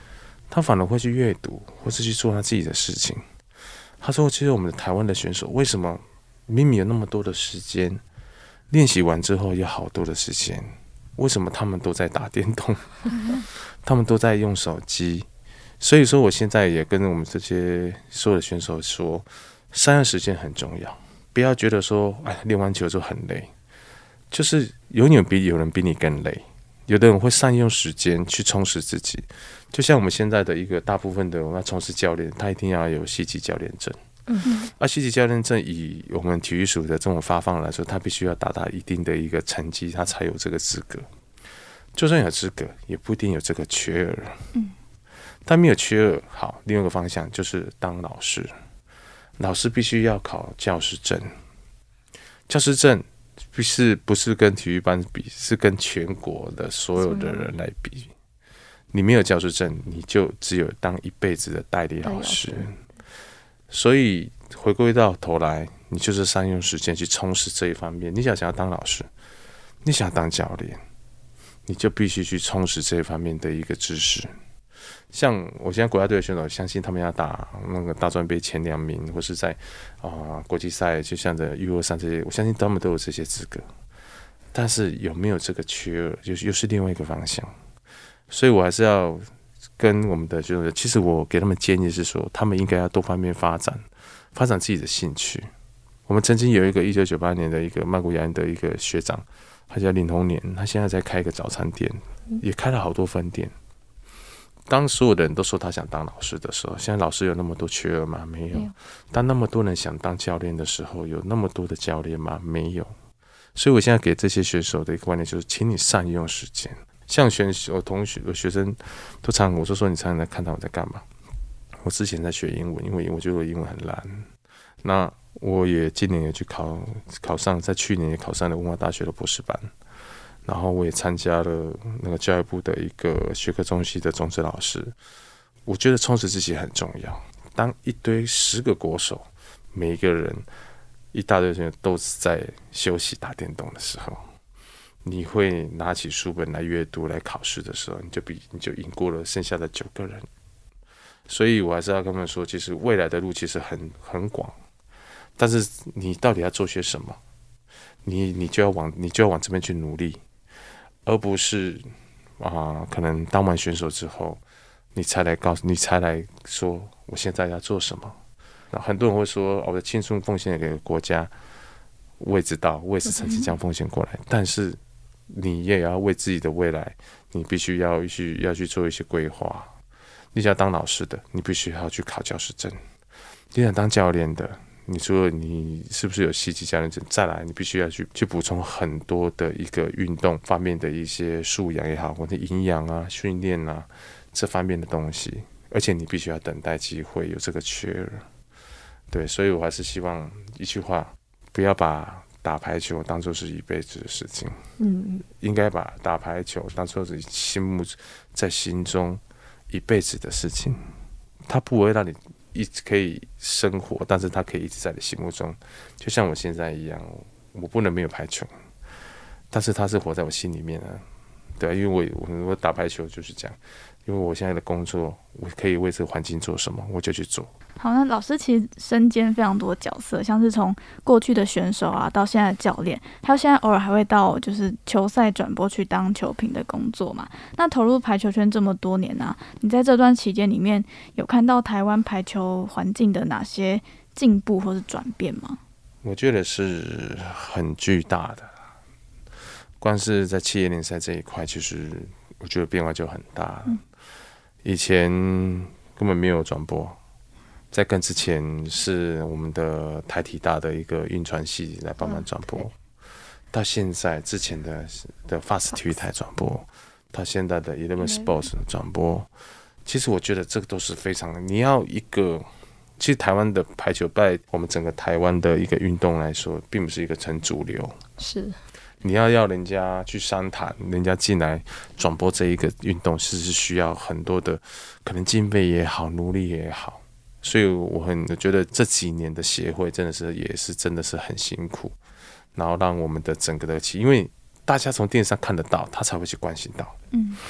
他反而会去阅读，或是去做他自己的事情。他说：“其实我们的台湾的选手为什么明明有那么多的时间，练习完之后有好多的时间，为什么他们都在打电动？他们都在用手机？所以说，我现在也跟我们这些所有的选手说，善用时间很重要，不要觉得说，哎，练完球就很累，就是永远比有人比你更累。有的人会善用时间去充实自己。”就像我们现在的一个大部分的我们要从事教练，他一定要有系级教练证。嗯，而系级教练证以我们体育署的这种发放来说，他必须要达到一定的一个成绩，他才有这个资格。就算有资格，也不一定有这个缺额。嗯，但没有缺额，好，另外一个方向就是当老师，老师必须要考教师证。教师证不是不是跟体育班比，是跟全国的所有的人来比。你没有教师证，你就只有当一辈子的代理老师。所以回归到头来，你就是善用时间去充实这一方面。你想想要当老师，你想当教练，你就必须去充实这一方面的一个知识。像我现在国家队的选手，相信他们要打那个大专杯前两名，或是在啊、呃、国际赛，就像这 U 二三这些，我相信他们都有这些资格。但是有没有这个缺额，就是又是另外一个方向。所以我还是要跟我们的选手，其实我给他们建议是说，他们应该要多方面发展，发展自己的兴趣。我们曾经有一个一九九八年的一个曼谷亚运的一个学长，他叫林宏年，他现在在开一个早餐店，也开了好多分店。当所有的人都说他想当老师的时候，现在老师有那么多缺额吗？没有。当那么多人想当教练的时候，有那么多的教练吗？没有。所以我现在给这些选手的一个观念就是，请你善用时间。像选手同学、学生都常我说说你常常在看到我在干嘛？我之前在学英文，因为我觉得我英文很烂。那我也今年也去考考上，在去年也考上了文化大学的博士班。然后我也参加了那个教育部的一个学科中心的种子老师。我觉得充实自己很重要。当一堆十个国手，每一个人一大堆人都是在休息打电动的时候，你会拿起书本来阅读来考试的时候，你就比你就赢过了剩下的九个人。所以我还是要跟他们说，其实未来的路其实很很广，但是你到底要做些什么，你你就要往你就要往这边去努力，而不是啊、呃，可能当完选手之后，你才来告诉你才来说我现在要做什么。很多人会说，哦、我的青春奉献给国家，我也知道，我也是曾经这样奉献过来，但是你也要为自己的未来，你必须要去要去做一些规划。你想当老师的，你必须要去考教师证；你想当教练的，你除了你是不是有系级教练证，再来你必须要去去补充很多的一个运动方面的一些素养也好，或者营养啊、训练啊这方面的东西，而且你必须要等待机会，有这个缺额。对，所以我还是希望一句话，不要把打排球当作是一辈子的事情，嗯，应该把打排球当作是心目在心中一辈子的事情。它不会让你一直可以生活，但是它可以一直在你心目中，就像我现在一样，我不能没有排球，但是它是活在我心里面啊。对，因为我我我打排球就是这样，因为我现在的工作，我可以为这个环境做什么，我就去做。 好，那老师其实身兼非常多角色，像是从过去的选手啊，到现在的教练，还有现在偶尔还会到就是球赛转播去当球评的工作嘛。那投入排球圈这么多年啊，你在这段期间里面有看到台湾排球环境的哪些进步或是转变吗？ 我觉得是很巨大的，光是在企业联赛这一块，其实我觉得变化就很大了。嗯、以前根本没有转播。在更之前是我们的台体大的一个运传系来帮忙转播，嗯、到现在之前的的 Fast 体育台转播，到现在的 Eleven Sports 转播，其实我觉得这个都是非常，你要一个，其实台湾的排球在我们整个台湾的一个运动来说，并不是一个很主流， 是。 你要要人家去商谈，人家进来转播这一个运动，其实是需要很多的可能经费也好，努力也好。所以我很觉得这几年的协会真的是也是真的是很辛苦，然后让我们的整个的，因为大家从电视上看得到，他才会去关心到。嗯，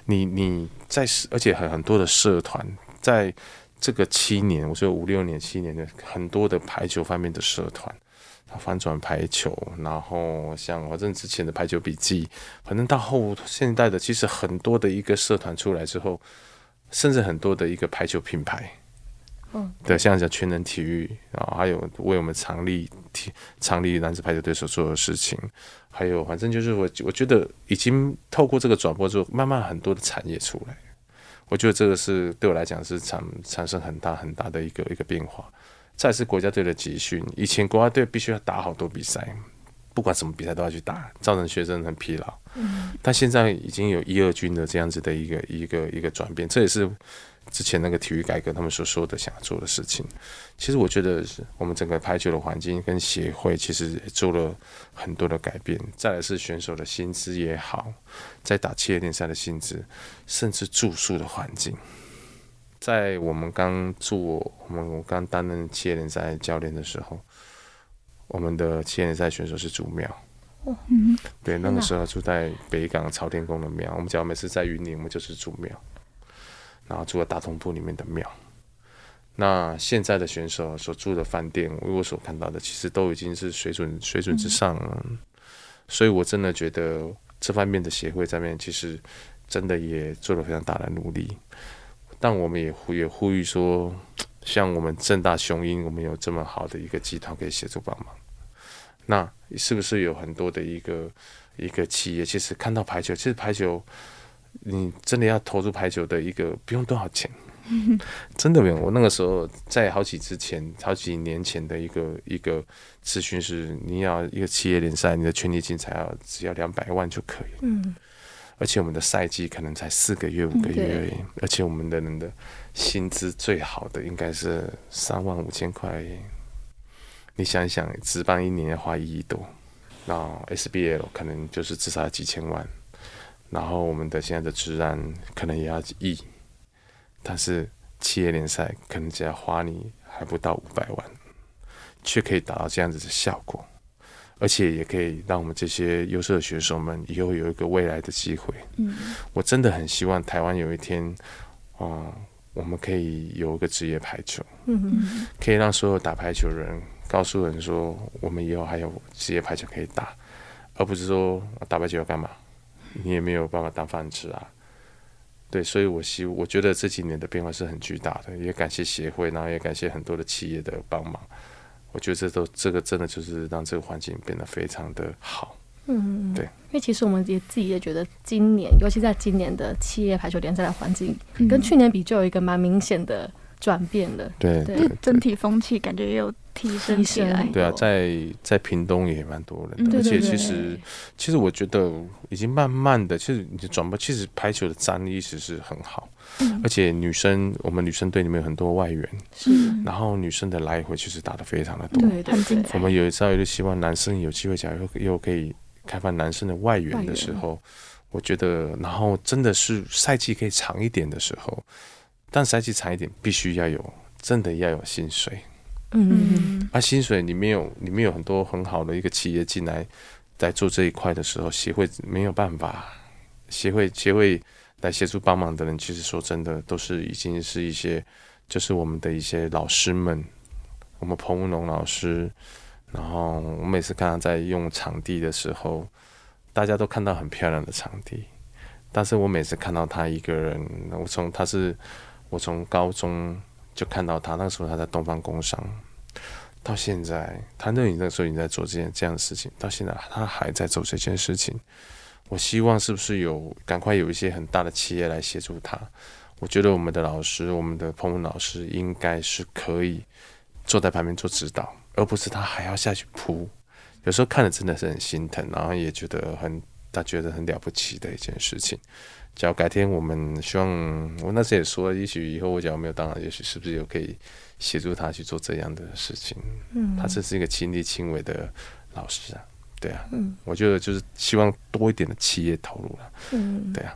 你你在，而且很很多的社团，在这个七年，我说五六年、七年的很多的排球方面的社团，反转排球，然后像反正之前的排球笔记，反正到后现代的，其实很多的一个社团出来之后，甚至很多的一个排球品牌。嗯，对，像讲全能体育，然后还有为我们常立体常立男子排球队所做的事情，还有反正就是我我觉得已经透过这个转播之后，慢慢很多的产业出来，我觉得这个是对我来讲是产产生很大很大的一个一个变化。再是国家队的集训，以前国家队必须要打好多比赛，不管什么比赛都要去打，造成学生很疲劳。嗯，但现在已经有一二军的这样子的一个一个一个转变，这也是之前那个体育改革他们所说的想做的事情。其实我觉得我们整个排球的环境跟协会其实也做了很多的改变。再来是选手的薪资也好，在打企业联赛的薪资，甚至住宿的环境。在我们刚做我们我刚担任企业联赛教练的时候，我们的企业联赛选手是住庙。哦，对，那个时候住在北港朝天宫的庙。我们只要每次在云林，我们就是住庙。然后住在大同铺里面的庙。那现在的选手所住的饭店，我所看到的其实都已经是水准水准之上了。嗯、所以我真的觉得这方面的协会这边其实真的也做了非常大的努力。但我们也呼也呼吁说，像我们政大雄鹰，我们有这么好的一个集团可以协助帮忙。那是不是有很多的一个一个企业，其实看到排球，其实排球。你真的要投入排球的一个不用多少钱，真的不用。我那个时候在好几之前、好几年前的一个一个咨询是，你要一个企业联赛，你的权利金才要只要两百万就可以。嗯，而且我们的赛季可能才四个月、五个月而已，嗯、而且我们的人的薪资最好的应该是三万五千块。你想一想，职棒一年要花一亿多，那 S B L 可能就是至少要几千万。然后我们的现在的职篮可能也要亿，但是企业联赛可能只要花你还不到五百万，却可以达到这样子的效果，而且也可以让我们这些优秀的选手们以后有一个未来的机会。嗯，我真的很希望台湾有一天，哦、呃，我们可以有一个职业排球，嗯，可以让所有打排球人告诉人说，我们以后还有职业排球可以打，而不是说打排球要干嘛？你也没有办法当饭吃啊，对，所以我希我觉得这几年的变化是很巨大的，也感谢协会，然后也感谢很多的企业的帮忙。我觉得这都这个真的就是让这个环境变得非常的好。嗯，对， 因为其实我们也自己也觉得，今年尤其在今年的企业排球联赛的环境，嗯、跟去年比就有一个蛮明显的转变了。 对， 对对，整体风气感觉也有提升起来。 对啊，在在屏东也蛮多人的，嗯、而且其实其实我觉得已经慢慢的，其实你的转播，其实排球的战力其实是很好，嗯、而且女生我们女生队里面有很多外援，是，然后女生的来回其实打得非常的多， 对，很精彩。 我们有一次就希望男生有机会，假如又可以开发男生的外援的时候，我觉得，然后真的是赛季可以长一点的时候，但赛季长一点必须要有，真的要有薪水。嗯，啊，薪水你没有，你没有很多很好的一个企业进来在做这一块的时候，协会没有办法，协会协会来协助帮忙的人，其实说真的，都是已经是一些，就是我们的一些老师们，我们彭文龙老师，然后我每次看他在用场地的时候，大家都看到很漂亮的场地，但是我每次看到他一个人，我从他是我从高中就看到他，那个时候他在东方工商，到现在他那那个时候已经在做这件这样的事情，到现在他还在做这件事情。我希望是不是有赶快有一些很大的企业来协助他？我觉得我们的老师，我们的彭文老师应该是可以坐在旁边做指导，而不是他还要下去扑。有时候看了真的是很心疼，然后也觉得很他觉得很了不起的一件事情。假如改天我们希望，我那时也说，也许以后我假如没有当然，也许是不是有可以协助他去做这样的事情？嗯，他这是一个亲力亲为的老师啊，对啊，嗯，我觉得就是希望多一点的企业投入了，嗯，对啊。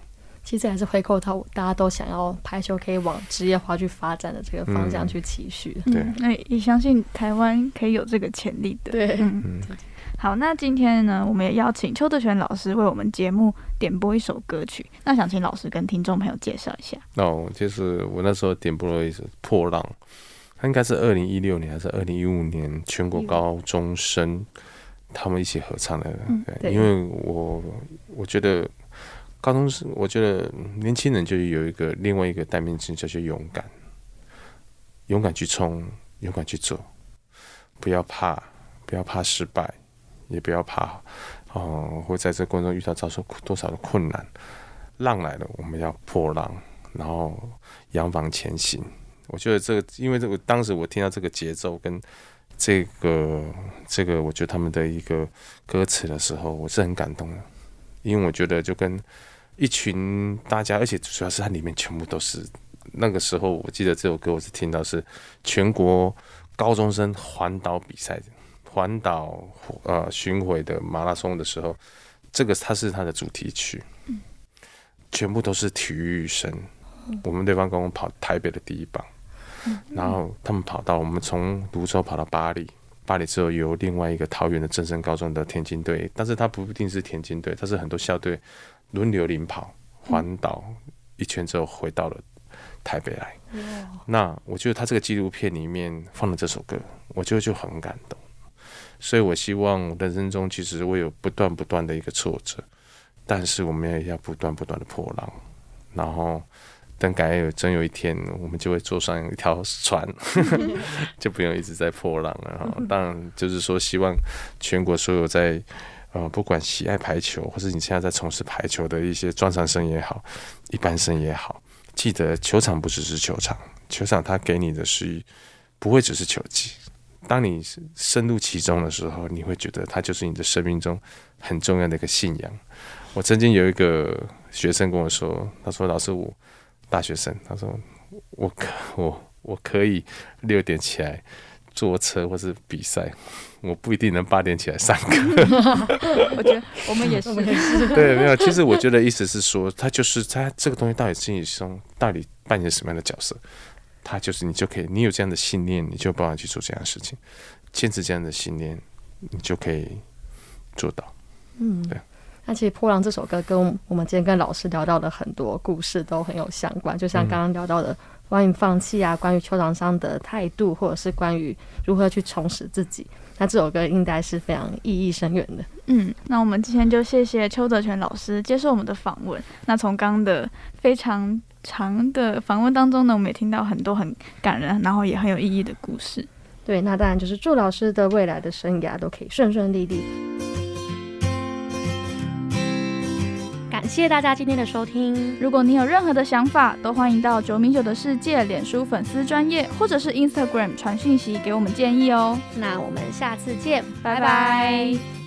其实还是回扣到大家都想要排球可以往职业化去发展的这个方向去期许。 嗯、对，那也相信台湾可以有这个潜力的。 对， 嗯。嗯好，那今天呢，我们也邀请邱德全老师为我们节目点播一首歌曲。那想请老师跟听众朋友介绍一下。 哦，就是我那时候点播了一首《破浪》，它应该是二零一六年还是二零一五年全国高中生他们一起合唱的。嗯、对，因为我我觉得高中生，我觉得年轻人就有一个另外一个代名词，叫做勇敢，勇敢去冲，勇敢去做，不要怕，不要怕失败。也不要怕，哦、呃，会在这过程中遇到遭受多少的困难。浪来了，我们要破浪，然后扬帆前行。我觉得这个，因为这个当时我听到这个节奏跟这个这个，我觉得他们的一个歌词的时候，我是很感动的，因为我觉得就跟一群大家，而且主要是它里面全部都是那个时候，我记得这首歌我是听到是全国高中生环岛比赛的。环岛呃巡回的马拉松的时候，这个它是它的主题曲，嗯、全部都是体育生。嗯、我们对方跟我跑台北的第一棒，嗯、然后他们跑到我们从泸州跑到巴黎，巴黎之后有另外一个桃园的正声高中的田径队，但是它不一定是田径队，它是很多校队轮流领跑环岛一圈之后回到了台北来。嗯、那我觉得他这个纪录片里面放了这首歌，我觉得就很感动。所以我希望人生中其实我有不断不断的一个挫折，但是我们也要不断不断的破浪，然后等改有真有一天我们就会坐上一条船就不用一直在破浪了。然后当然就是说希望全国所有在呃不管喜爱排球或是你现在在从事排球的一些专长生也好一般生也好，记得球场不只是球场，球场它给你的是不会只是球技，当你深入其中的时候，你会觉得它就是你的生命中很重要的一个信仰。我曾经有一个学生跟我说，他说：“老师，我大学生，他说我可我我可以六点起来坐车或是比赛，我不一定能八点起来上课。” 我觉得我们也是， 对，没有。其实我觉得意思是说，他就是他这个东西到底心理中到底扮演什么样的角色？他就是你就可以，你有这样的信念，你就有办法去做这样的事情，坚持这样的信念，你就可以做到。嗯，对。 那其实《破浪》这首歌跟我们今天跟老师聊到的很多故事都很有相关，就像刚刚聊到的关于放弃啊，关于球场上的态度，或者是关于如何去重拾自己。那这首歌应该是非常意义深远的。 嗯，那我们今天就谢谢邱德全老师接受我们的访问。那从刚刚的非常长的访问当中呢，我们也听到很多很感人，然后也很有意义的故事。 对，那当然就是祝老师的未来的生涯都可以顺顺利利。 感谢大家今天的收听。 如果你有任何的想法，都欢迎到九米九的世界脸书粉丝专页或者是 Instagram 传讯息给我们建议哦。 那我们下次见， 拜拜。